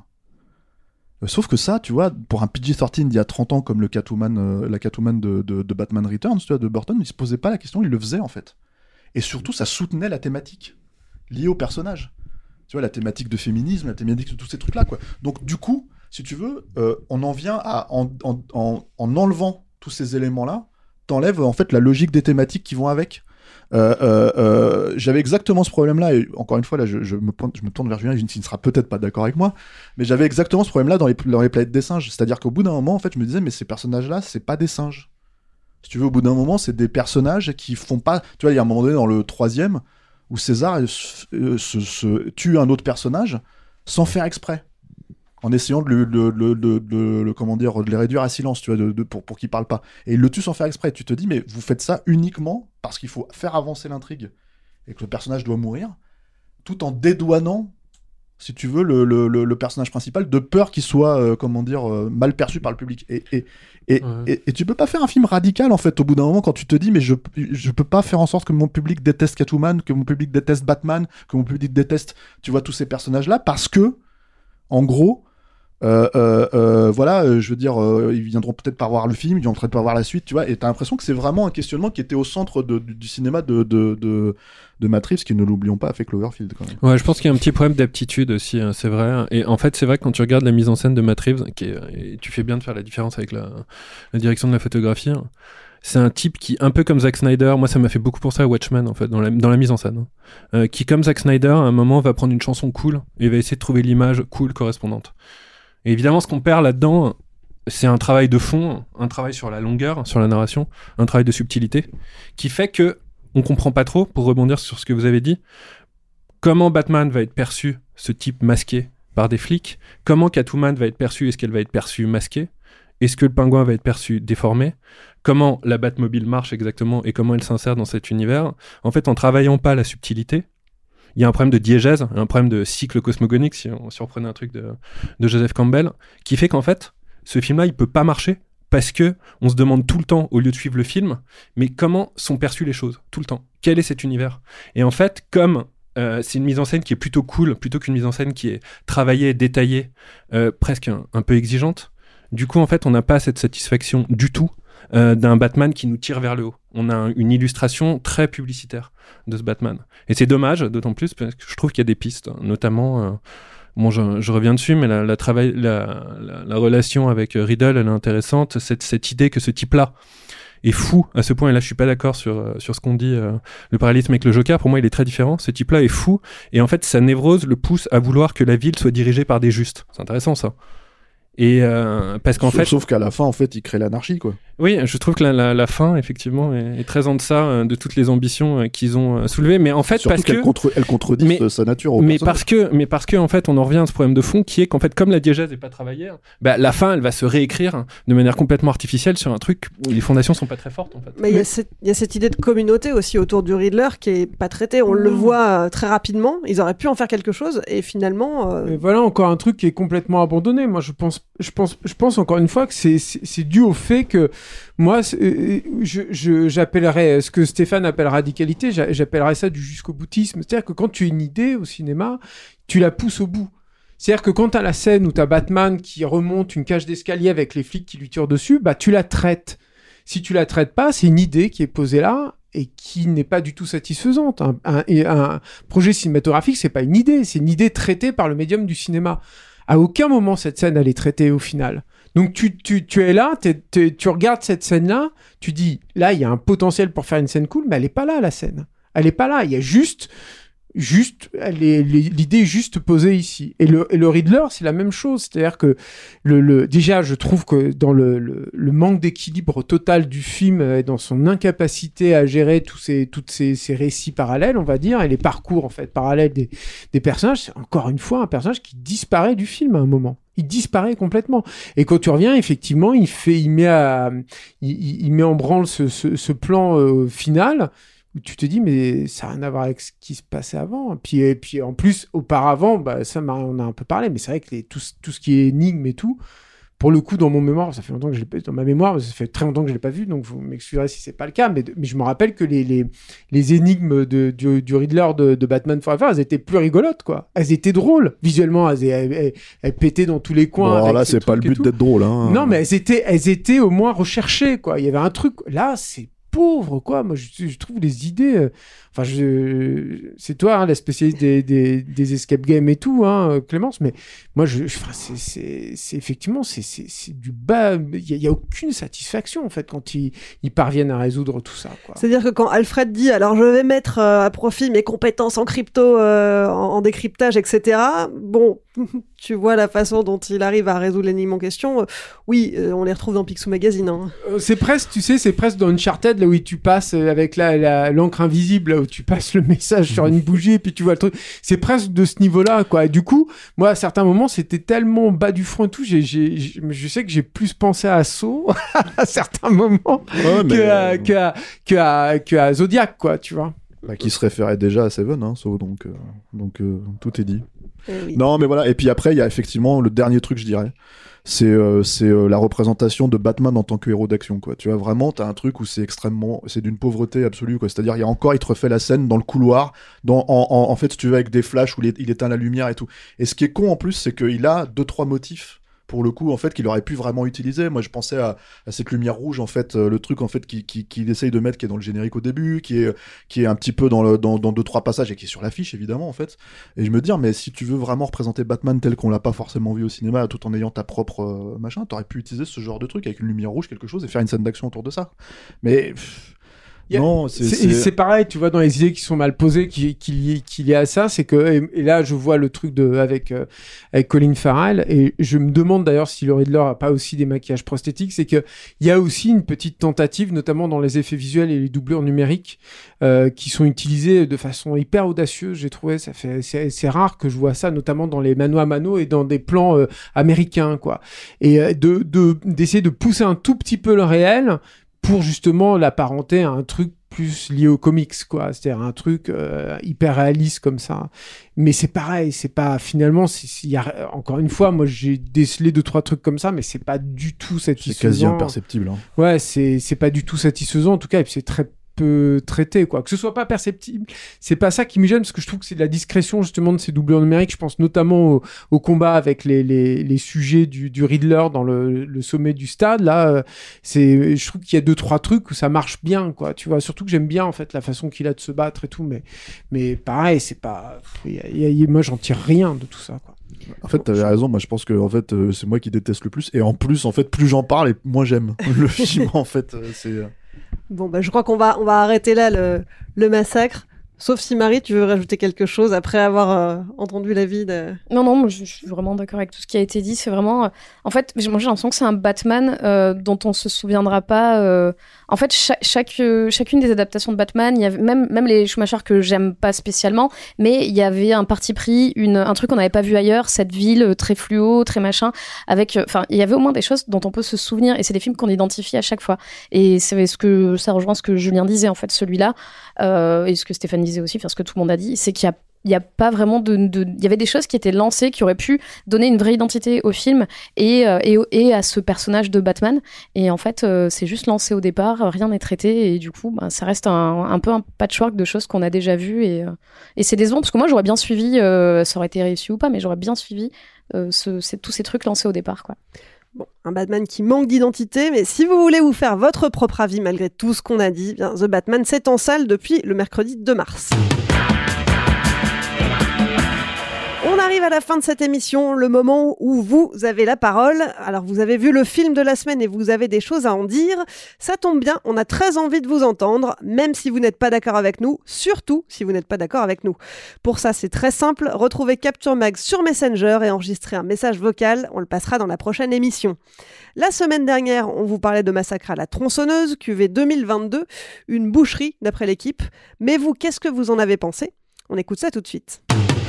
Sauf que ça, tu vois, pour un P G treize d'il y a trente ans, comme le Catwoman, euh, la Catwoman de, de, de Batman Returns, tu vois, de Burton, il se posait pas la question, il le faisait en fait. Et surtout, ça soutenait la thématique liée au personnage. Tu vois, la thématique de féminisme, la thématique de tous ces trucs-là, quoi. Donc, du coup, si tu veux, euh, on en vient à, en, en, en, en enlevant tous ces éléments-là, t'enlèves en fait la logique des thématiques qui vont avec. Euh, euh, euh, j'avais exactement ce problème-là, et encore une fois, là, je, je, me, pointe, je me tourne vers Julien, qui ne sera peut-être pas d'accord avec moi, mais j'avais exactement ce problème-là dans les, dans les planètes des singes. C'est-à-dire qu'au bout d'un moment, en fait, je me disais, mais ces personnages-là, c'est pas des singes. Si tu veux, au bout d'un moment, c'est des personnages qui font pas. Tu vois, il y a un moment donné dans le troisième où César euh, se, se, se tue un autre personnage sans faire exprès, en essayant de le, le, le, le, le, le comment dire, de les réduire à silence, tu vois, de, de, pour, pour qu'ils parlent pas. Et il le tue sans faire exprès. Tu te dis, mais vous faites ça uniquement parce qu'il faut faire avancer l'intrigue et que le personnage doit mourir, tout en dédouanant, si tu veux, le, le, le, le personnage principal, de peur qu'il soit, euh, comment dire, euh, mal perçu par le public. Et, et, et, ouais. et, et tu peux pas faire un film radical, en fait, au bout d'un moment, quand tu te dis, mais je, je peux pas faire en sorte que mon public déteste Catwoman, que mon public déteste Batman, que mon public déteste, tu vois, tous ces personnages-là, parce que, en gros, Euh, euh, euh, voilà, euh, je veux dire, euh, ils viendront peut-être pas voir le film, ils viendront peut-être pas voir la suite, tu vois, et t'as l'impression que c'est vraiment un questionnement qui était au centre de, du, du cinéma de, de, de, de Matt Reeves, qui, ne l'oublions pas, a fait Cloverfield, quand même. Ouais, je pense qu'il y a un petit problème d'aptitude aussi, hein, c'est vrai. Et en fait, c'est vrai que quand tu regardes la mise en scène de Matt Reeves, qui est, et tu fais bien de faire la différence avec la, la direction de la photographie, hein, c'est un type qui, un peu comme Zack Snyder, moi ça m'a fait beaucoup pour ça à Watchmen, en fait, dans la, dans la mise en scène, hein, euh, qui, comme Zack Snyder, à un moment va prendre une chanson cool et va essayer de trouver l'image cool correspondante. Et évidemment, ce qu'on perd là-dedans, c'est un travail de fond, un travail sur la longueur, sur la narration, un travail de subtilité, qui fait que on comprend pas trop, pour rebondir sur ce que vous avez dit, comment Batman va être perçu, ce type masqué, par des flics, comment Catwoman va être perçue, est-ce qu'elle va être perçue masquée, est-ce que le pingouin va être perçu déformé, comment la Batmobile marche exactement et comment elle s'insère dans cet univers. En fait, en travaillant pas la subtilité, il y a un problème de diégèse, un problème de cycle cosmogonique, si on, si on reprenait un truc de, de Joseph Campbell, qui fait qu'en fait, ce film-là, il peut pas marcher parce que on se demande tout le temps, au lieu de suivre le film, mais comment sont perçues les choses, tout le temps. Quel est cet univers ? Et en fait, comme euh, c'est une mise en scène qui est plutôt cool, plutôt qu'une mise en scène qui est travaillée, détaillée, euh, presque un, un peu exigeante, du coup, en fait, on n'a pas cette satisfaction du tout euh, d'un Batman qui nous tire vers le haut. On a un, une illustration très publicitaire de ce Batman. Et c'est dommage, d'autant plus, parce que je trouve qu'il y a des pistes, notamment... Euh, Bon, je, je reviens dessus, mais la, la, travail, la, la, la relation avec Riddle, elle est intéressante. Cette, cette idée que ce type-là est fou à ce point, et là je suis pas d'accord sur, sur ce qu'on dit, euh, le parallélisme avec le Joker, pour moi il est très différent. Ce type-là est fou, et en fait sa névrose le pousse à vouloir que la ville soit dirigée par des justes. C'est intéressant ça. Et euh, parce qu'en sauf, fait, sauf qu'à la fin, en fait, il crée l'anarchie, quoi. Oui, je trouve que la, la, la fin, effectivement, est, est très en deçà euh, de toutes les ambitions euh, qu'ils ont euh, soulevées. Mais en fait, Surtout parce qu'elle que contre, elle contredit mais, sa nature. Au mais personnage. parce que, mais parce que, en fait, on en revient à ce problème de fond qui est qu'en fait, comme la diégèse n'est pas travaillée, bah, la fin, elle va se réécrire de manière complètement artificielle sur un truc où les fondations sont pas très fortes, en fait. Mais il y a cette, il y a cette idée de communauté aussi autour du Riddler qui est pas traitée. On mmh. le voit euh, très rapidement. Ils auraient pu en faire quelque chose et finalement. Euh... Et voilà encore un truc qui est complètement abandonné. Moi, je pense, je pense, je pense encore une fois que c'est, c'est, c'est dû au fait que moi, je, je, j'appellerais ce que Stéphane appelle radicalité, j'appellerais ça du jusqu'au boutisme. C'est-à-dire que quand tu as une idée au cinéma, tu la pousses au bout. C'est-à-dire que quand t'as la scène où t'as Batman qui remonte une cage d'escalier avec les flics qui lui tirent dessus, bah tu la traites. Si tu la traites pas, c'est une idée qui est posée là et qui n'est pas du tout satisfaisante. Un, un, un projet cinématographique, c'est pas une idée, c'est une idée traitée par le médium du cinéma. À aucun moment cette scène elle est traitée au final. Donc tu, tu, tu es là, t'es, t'es, tu regardes cette scène-là, tu dis, là, il y a un potentiel pour faire une scène cool, mais elle est pas là, la scène. Elle est pas là, il y a juste... juste elle est, l'idée est juste posée ici. Et le, et le Riddler, c'est la même chose. C'est-à-dire que le, le, déjà, je trouve que dans le, le, le manque d'équilibre total du film, et dans son incapacité à gérer tous ces, toutes ces, ces récits parallèles, on va dire, et les parcours en fait parallèles des, des personnages, c'est encore une fois un personnage qui disparaît du film à un moment. Il disparaît complètement. Et quand tu reviens, effectivement, il fait, il met à, il, il met en branle ce, ce, ce plan euh, final où tu te dis mais ça n'a rien à voir avec ce qui se passait avant. Et puis, et puis en plus, auparavant, bah, ça on a un peu parlé, mais c'est vrai que les, tout, tout ce qui est énigme et tout, pour le coup, dans mon mémoire, ça fait longtemps que je l'ai pas, dans ma mémoire, ça fait très longtemps que je l'ai pas vu, donc vous m'excuserez si c'est pas le cas, mais, mais je me rappelle que les, les, les énigmes de, du, du Riddler de, de Batman Forever, elles étaient plus rigolotes, quoi. Elles étaient drôles. Visuellement, elles, elles, elles, elles pétaient dans tous les coins. Bon, alors là, c'est pas le but d'être drôle, hein. Non, mais elles étaient, elles étaient au moins recherchées, quoi. Il y avait un truc, là, c'est pauvre, quoi. Moi, je, je trouve les idées, euh... enfin, je, c'est toi, hein, la spécialiste des, des, des escape games et tout, hein, Clémence, mais moi, je, je enfin, c'est, c'est, c'est effectivement, c'est, c'est, c'est du bas, il y, y a aucune satisfaction, en fait, quand ils, ils parviennent à résoudre tout ça, quoi. C'est-à-dire que quand Alfred dit, alors je vais mettre euh, à profit mes compétences en crypto, euh, en, en décryptage, et cetera, bon, tu vois la façon dont il arrive à résoudre l'énigme en question, euh, oui, euh, on les retrouve dans Picsou Magazine, hein. Euh, c'est presque, tu sais, c'est presque dans Uncharted, là où tu passes avec la, la, l'encre invisible, là où tu passes le message sur une bougie et puis tu vois le truc. C'est presque de ce niveau-là, quoi. Et du coup, moi, à certains moments, c'était tellement bas du front et tout, j'ai, j'ai, j'ai, je sais que j'ai plus pensé à Saw à certains moments ouais, mais... que, à, que, à, que, à, que à Zodiac, quoi, tu vois. Bah, qui se référait déjà à Seven, hein, Saw, donc, euh, donc euh, tout est dit. Eh oui. Non, mais voilà. Et puis après, il y a effectivement le dernier truc, je dirais. C'est, euh, c'est euh, la représentation de Batman en tant que héros d'action, quoi. Tu vois, vraiment, t'as un truc où c'est extrêmement, c'est d'une pauvreté absolue, quoi. C'est-à-dire, il y a encore, il te refait la scène dans le couloir, dans, en, en, en fait, si tu veux, avec des flashs où il, il éteint la lumière et tout. Et ce qui est con, en plus, c'est qu'il a deux, trois motifs, pour le coup, en fait, qu'il aurait pu vraiment utiliser. Moi, je pensais à, à cette lumière rouge, en fait, euh, le truc, en fait, qu'il qui, qui, qui essaye de mettre, qui est dans le générique au début, qui est, qui est un petit peu dans, le, dans, dans deux, trois passages et qui est sur l'affiche, évidemment, en fait. Et je me dis, mais si tu veux vraiment représenter Batman tel qu'on l'a pas forcément vu au cinéma, tout en ayant ta propre euh, machin, t'aurais pu utiliser ce genre de truc avec une lumière rouge, quelque chose, et faire une scène d'action autour de ça. Mais... Pff, A, non, c'est, c'est, c'est... c'est pareil, tu vois, dans les idées qui sont mal posées, qu'il, qu'il, qu'il y a à ça, c'est que, et, et là, je vois le truc de, avec, euh, avec Colin Farrell, et je me demande d'ailleurs si le Riddler a pas aussi des maquillages prosthétiques, c'est que il y a aussi une petite tentative, notamment dans les effets visuels et les doublures numériques, euh, qui sont utilisés de façon hyper audacieuse, j'ai trouvé, ça fait, c'est, c'est rare que je vois ça, notamment dans les mano à mano et dans des plans euh, américains, quoi. Et euh, de, de, d'essayer de pousser un tout petit peu le réel, pour justement l'apparenter à un truc plus lié aux comics, quoi. C'est-à-dire un truc euh, hyper réaliste comme ça. Mais c'est pareil, c'est pas finalement, il y a encore une fois, moi j'ai décelé deux trois trucs comme ça, mais c'est pas du tout satisfaisant. C'est quasi imperceptible. Hein. Ouais, c'est c'est pas du tout satisfaisant en tout cas, et puis c'est très peu traité, quoi. Que ce soit pas perceptible, c'est pas ça qui me gêne, parce que je trouve que c'est de la discrétion justement de ces doublures numériques. Je pense notamment au, au combat avec les, les, les sujets du, du Riddler dans le, le sommet du stade. Là, euh, c'est, je trouve qu'il y a deux trois trucs où ça marche bien, quoi. Tu vois, surtout que j'aime bien en fait la façon qu'il a de se battre et tout, mais mais pareil, c'est pas, y a, y a, moi j'en tire rien de tout ça, quoi. En fait, t'avais raison. Moi, je pense que en fait, euh, c'est moi qui déteste le plus. Et en plus, en fait, plus j'en parle, et moins j'aime le film. En fait, euh, c'est. Bon, bah, je crois qu'on va, on va arrêter là le, le massacre. Sauf si Marie, tu veux rajouter quelque chose après avoir euh, entendu l'avis de... Non, non, moi, je, je suis vraiment d'accord avec tout ce qui a été dit. C'est vraiment... Euh, en fait, moi, j'ai l'impression que c'est un Batman euh, dont on se souviendra pas. Euh... En fait, cha- chaque, euh, chacune des adaptations de Batman, il y avait même, même les Schumacher que j'aime pas spécialement, mais il y avait un parti pris, une, un truc qu'on n'avait pas vu ailleurs, cette ville euh, très fluo, très machin, avec... Enfin, euh, il y avait au moins des choses dont on peut se souvenir, et c'est des films qu'on identifie à chaque fois. Et c'est ce que, ça rejoint ce que Julien disait, en fait, celui-là, euh, et ce que Stéphane disait aussi, enfin ce que tout le monde a dit, c'est qu'il y a il y a pas vraiment de, de il y avait des choses qui étaient lancées qui auraient pu donner une vraie identité au film et euh, et, et à ce personnage de Batman, et en fait euh, c'est juste lancé au départ, rien n'est traité, et du coup bah, ça reste un, un peu un patchwork de choses qu'on a déjà vues, et euh, et c'est décevant parce que moi j'aurais bien suivi, euh, ça aurait été réussi ou pas, mais j'aurais bien suivi euh, ce, c'est, tous ces trucs lancés au départ, quoi. Bon, un Batman qui manque d'identité, mais si vous voulez vous faire votre propre avis malgré tout ce qu'on a dit, bien, The Batman, c'est en salle depuis le mercredi deux mars. On arrive à la fin de cette émission, le moment où vous avez la parole. Alors, vous avez vu le film de la semaine et vous avez des choses à en dire. Ça tombe bien, on a très envie de vous entendre, même si vous n'êtes pas d'accord avec nous, surtout si vous n'êtes pas d'accord avec nous. Pour ça, c'est très simple, retrouvez Capture Mag sur Messenger et enregistrez un message vocal, on le passera dans la prochaine émission. La semaine dernière, on vous parlait de Massacre à la tronçonneuse, Q V deux mille vingt-deux, une boucherie d'après l'équipe. Mais vous, qu'est-ce que vous en avez pensé ? On écoute ça tout de suite.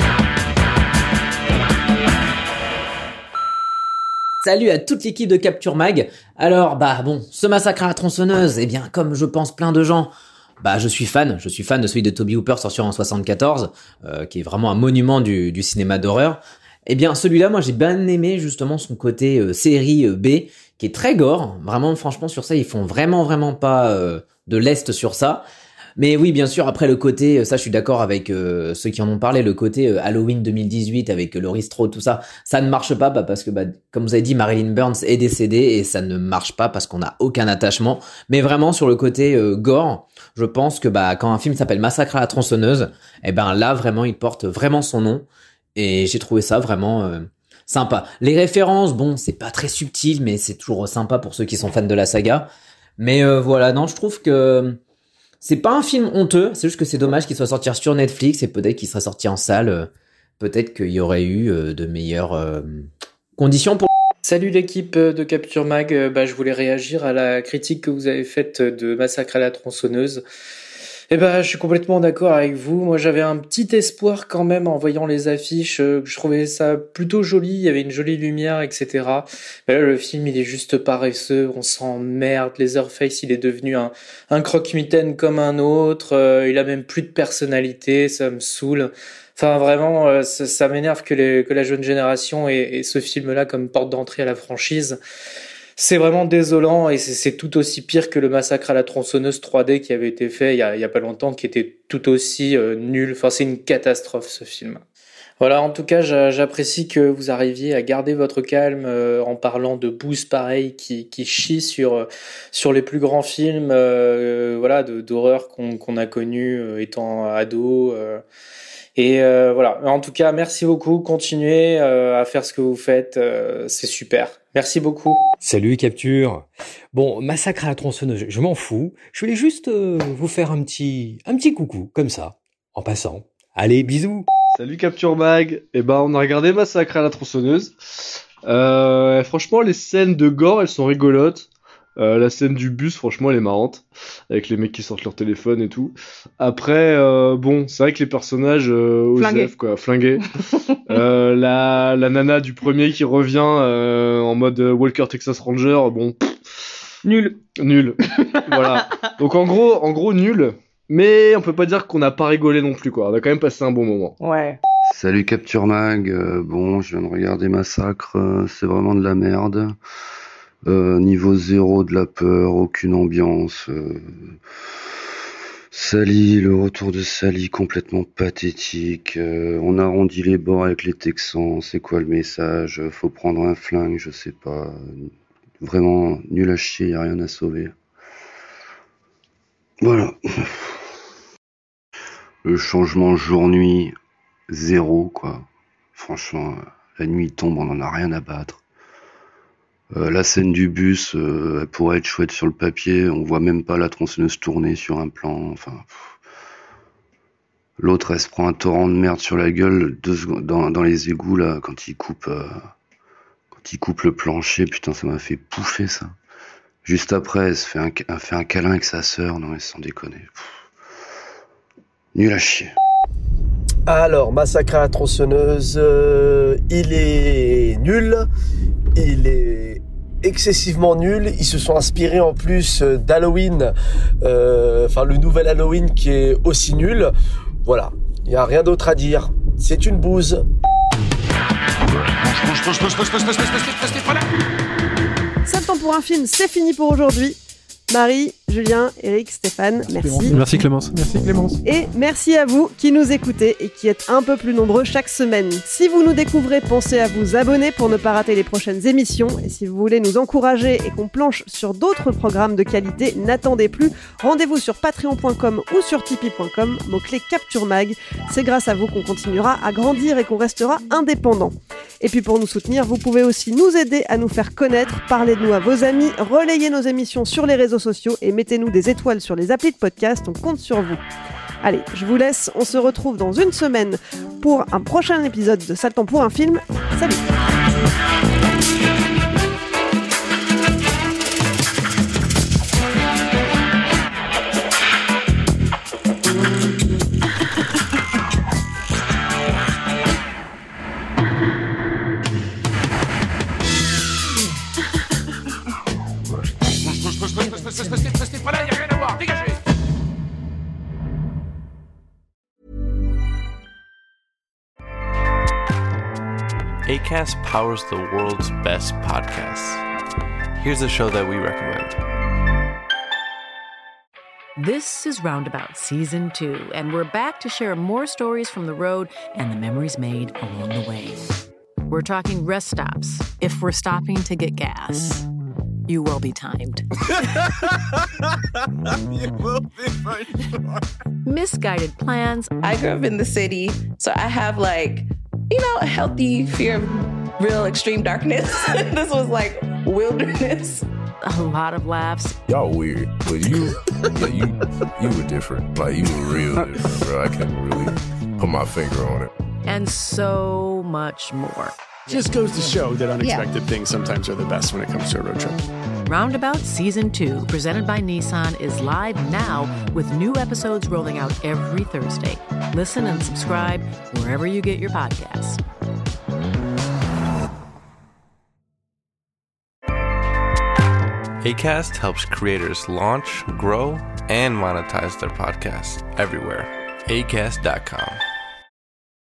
Salut à toute l'équipe de Capture Mag. Alors, bah bon, ce Massacre à la tronçonneuse, eh bien, comme je pense plein de gens, bah je suis fan. Je suis fan de celui de Toby Hooper sorti en soixante-quatorze, euh, qui est vraiment un monument du, du cinéma d'horreur. Eh bien, celui-là, moi, j'ai bien aimé justement son côté euh, série euh, B, qui est très gore. Vraiment, franchement, sur ça, ils font vraiment, vraiment pas euh, de lest sur ça. Mais oui, bien sûr, après le côté, ça je suis d'accord avec euh, ceux qui en ont parlé, le côté euh, Halloween deux mille dix-huit avec euh, Laurie Strode, tout ça, ça ne marche pas bah, parce que, bah, comme vous avez dit, Marilyn Burns est décédée et ça ne marche pas parce qu'on n'a aucun attachement. Mais vraiment, sur le côté euh, gore, je pense que bah quand un film s'appelle Massacre à la tronçonneuse, eh ben là, vraiment, il porte vraiment son nom et j'ai trouvé ça vraiment... Euh, sympa. Les références, bon, c'est pas très subtil, mais c'est toujours sympa pour ceux qui sont fans de la saga. Mais euh, voilà, non, je trouve que... C'est pas un film honteux, c'est juste que c'est dommage qu'il soit sorti sur Netflix et peut-être qu'il serait sorti en salle. Euh, peut-être qu'il y aurait eu euh, de meilleures euh, conditions pour... Salut l'équipe de Capture Mag, euh, bah, je voulais réagir à la critique que vous avez faite de Massacre à la tronçonneuse. Eh ben, je suis complètement d'accord avec vous. Moi, j'avais un petit espoir quand même en voyant les affiches. Euh, je trouvais ça plutôt joli. Il y avait une jolie lumière, et cetera. Mais là, le film, il est juste paresseux. On s'emmerde. Leatherface, il est devenu un, un croque-mitaine comme un autre. Euh, il a même plus de personnalité. Ça me saoule. Enfin, vraiment, euh, ça, ça m'énerve que, les, que la jeune génération ait, ait ce film-là comme porte d'entrée à la franchise. C'est vraiment désolant et c'est, c'est tout aussi pire que le Massacre à la tronçonneuse trois D qui avait été fait il y a, il y a pas longtemps, qui était tout aussi euh, nul. Enfin, c'est une catastrophe ce film. Voilà, en tout cas, j'a, j'apprécie que vous arriviez à garder votre calme euh, en parlant de Booth pareil qui, qui chie sur, euh, sur les plus grands films euh, voilà, de, d'horreur qu'on, qu'on a connus euh, étant ado. Euh, Et euh, voilà, en tout cas, merci beaucoup. Continuez euh, à faire ce que vous faites, euh, c'est super. Merci beaucoup. Salut Capture. Bon, Massacre à la tronçonneuse, je m'en fous. Je voulais juste euh, vous faire un petit, un petit coucou, comme ça, en passant. Allez, bisous. Salut Capture Mag. Eh ben, on a regardé Massacre à la tronçonneuse. Euh, franchement, les scènes de gore, elles sont rigolotes. Euh, la scène du bus, franchement, elle est marrante, avec les mecs qui sortent leur téléphone et tout. Après, euh, bon, c'est vrai que les personnages, euh, Osef, quoi, flingués. euh, la, la nana du premier qui revient euh, en mode Walker Texas Ranger, bon, pff, Nul. Nul. Voilà. Donc en gros, en gros nul. Mais on peut pas dire qu'on n'a pas rigolé non plus, quoi. On a quand même passé un bon moment. Ouais. Salut Capture Mag. Euh, bon, je viens de regarder Massacre. Euh, c'est vraiment de la merde. Euh, niveau zéro de la peur, aucune ambiance. Euh... Sally, le retour de Sally complètement pathétique. Euh, on arrondit les bords avec les Texans. C'est quoi le message? Faut prendre un flingue, je sais pas. Vraiment nul à chier, y a rien à sauver. Voilà. Le changement jour-nuit, zéro, quoi. Franchement, la nuit tombe, on en a rien à battre. Euh, la scène du bus, euh, elle pourrait être chouette sur le papier, on voit même pas la tronçonneuse tourner sur un plan, enfin... Pff. L'autre, elle se prend un torrent de merde sur la gueule deux secondes, dans, dans les égouts, là, quand il coupe... Euh, quand il coupe le plancher, putain, ça m'a fait pouffer, ça. Juste après, elle se fait un, elle fait un câlin avec sa sœur, non mais sans déconner. Pff. Nul à chier. Alors, Massacre à la tronçonneuse, euh, il est nul, il est excessivement nul. Ils se sont inspirés en plus d'Halloween, euh, enfin le nouvel Halloween qui est aussi nul. Voilà, il n'y a rien d'autre à dire. C'est une bouse. C'est le temps pour un film, c'est fini pour aujourd'hui. Marie, Julien, Eric, Stéphane, merci. Merci Clémence. Merci Clémence. Et merci à vous qui nous écoutez et qui êtes un peu plus nombreux chaque semaine. Si vous nous découvrez, pensez à vous abonner pour ne pas rater les prochaines émissions. Et si vous voulez nous encourager et qu'on planche sur d'autres programmes de qualité, n'attendez plus. Rendez-vous sur patreon point com ou sur tipeee point com, mot-clé Capture Mag. C'est grâce à vous qu'on continuera à grandir et qu'on restera indépendant. Et puis pour nous soutenir, vous pouvez aussi nous aider à nous faire connaître, parler de nous à vos amis, relayer nos émissions sur les réseaux sociaux et mettez-nous des étoiles sur les applis de podcast, on compte sur vous. Allez, je vous laisse, on se retrouve dans une semaine pour un prochain épisode de Ça le temps pour un film. Salut! Acast powers the world's best podcasts. Here's a show that we recommend. This is Roundabout Season two, and we're back to share more stories from the road and the memories made along the way. We're talking rest stops, if we're stopping to get gas. You will be timed. You will be for sure. Misguided plans. I grew up in the city, so I have like, you know, a healthy fear of real extreme darkness. This was like wilderness. A lot of laughs. Y'all weird, but you, yeah, you, you were different. Like you were real different, bro. I can't really put my finger on it. And so much more. Just goes to show that unexpected yeah. things sometimes are the best when it comes to a road trip. Roundabout Season two, presented by Nissan, is live now with new episodes rolling out every Thursday. Listen and subscribe wherever you get your podcasts. Acast helps creators launch, grow, and monetize their podcasts everywhere. Acast dot com.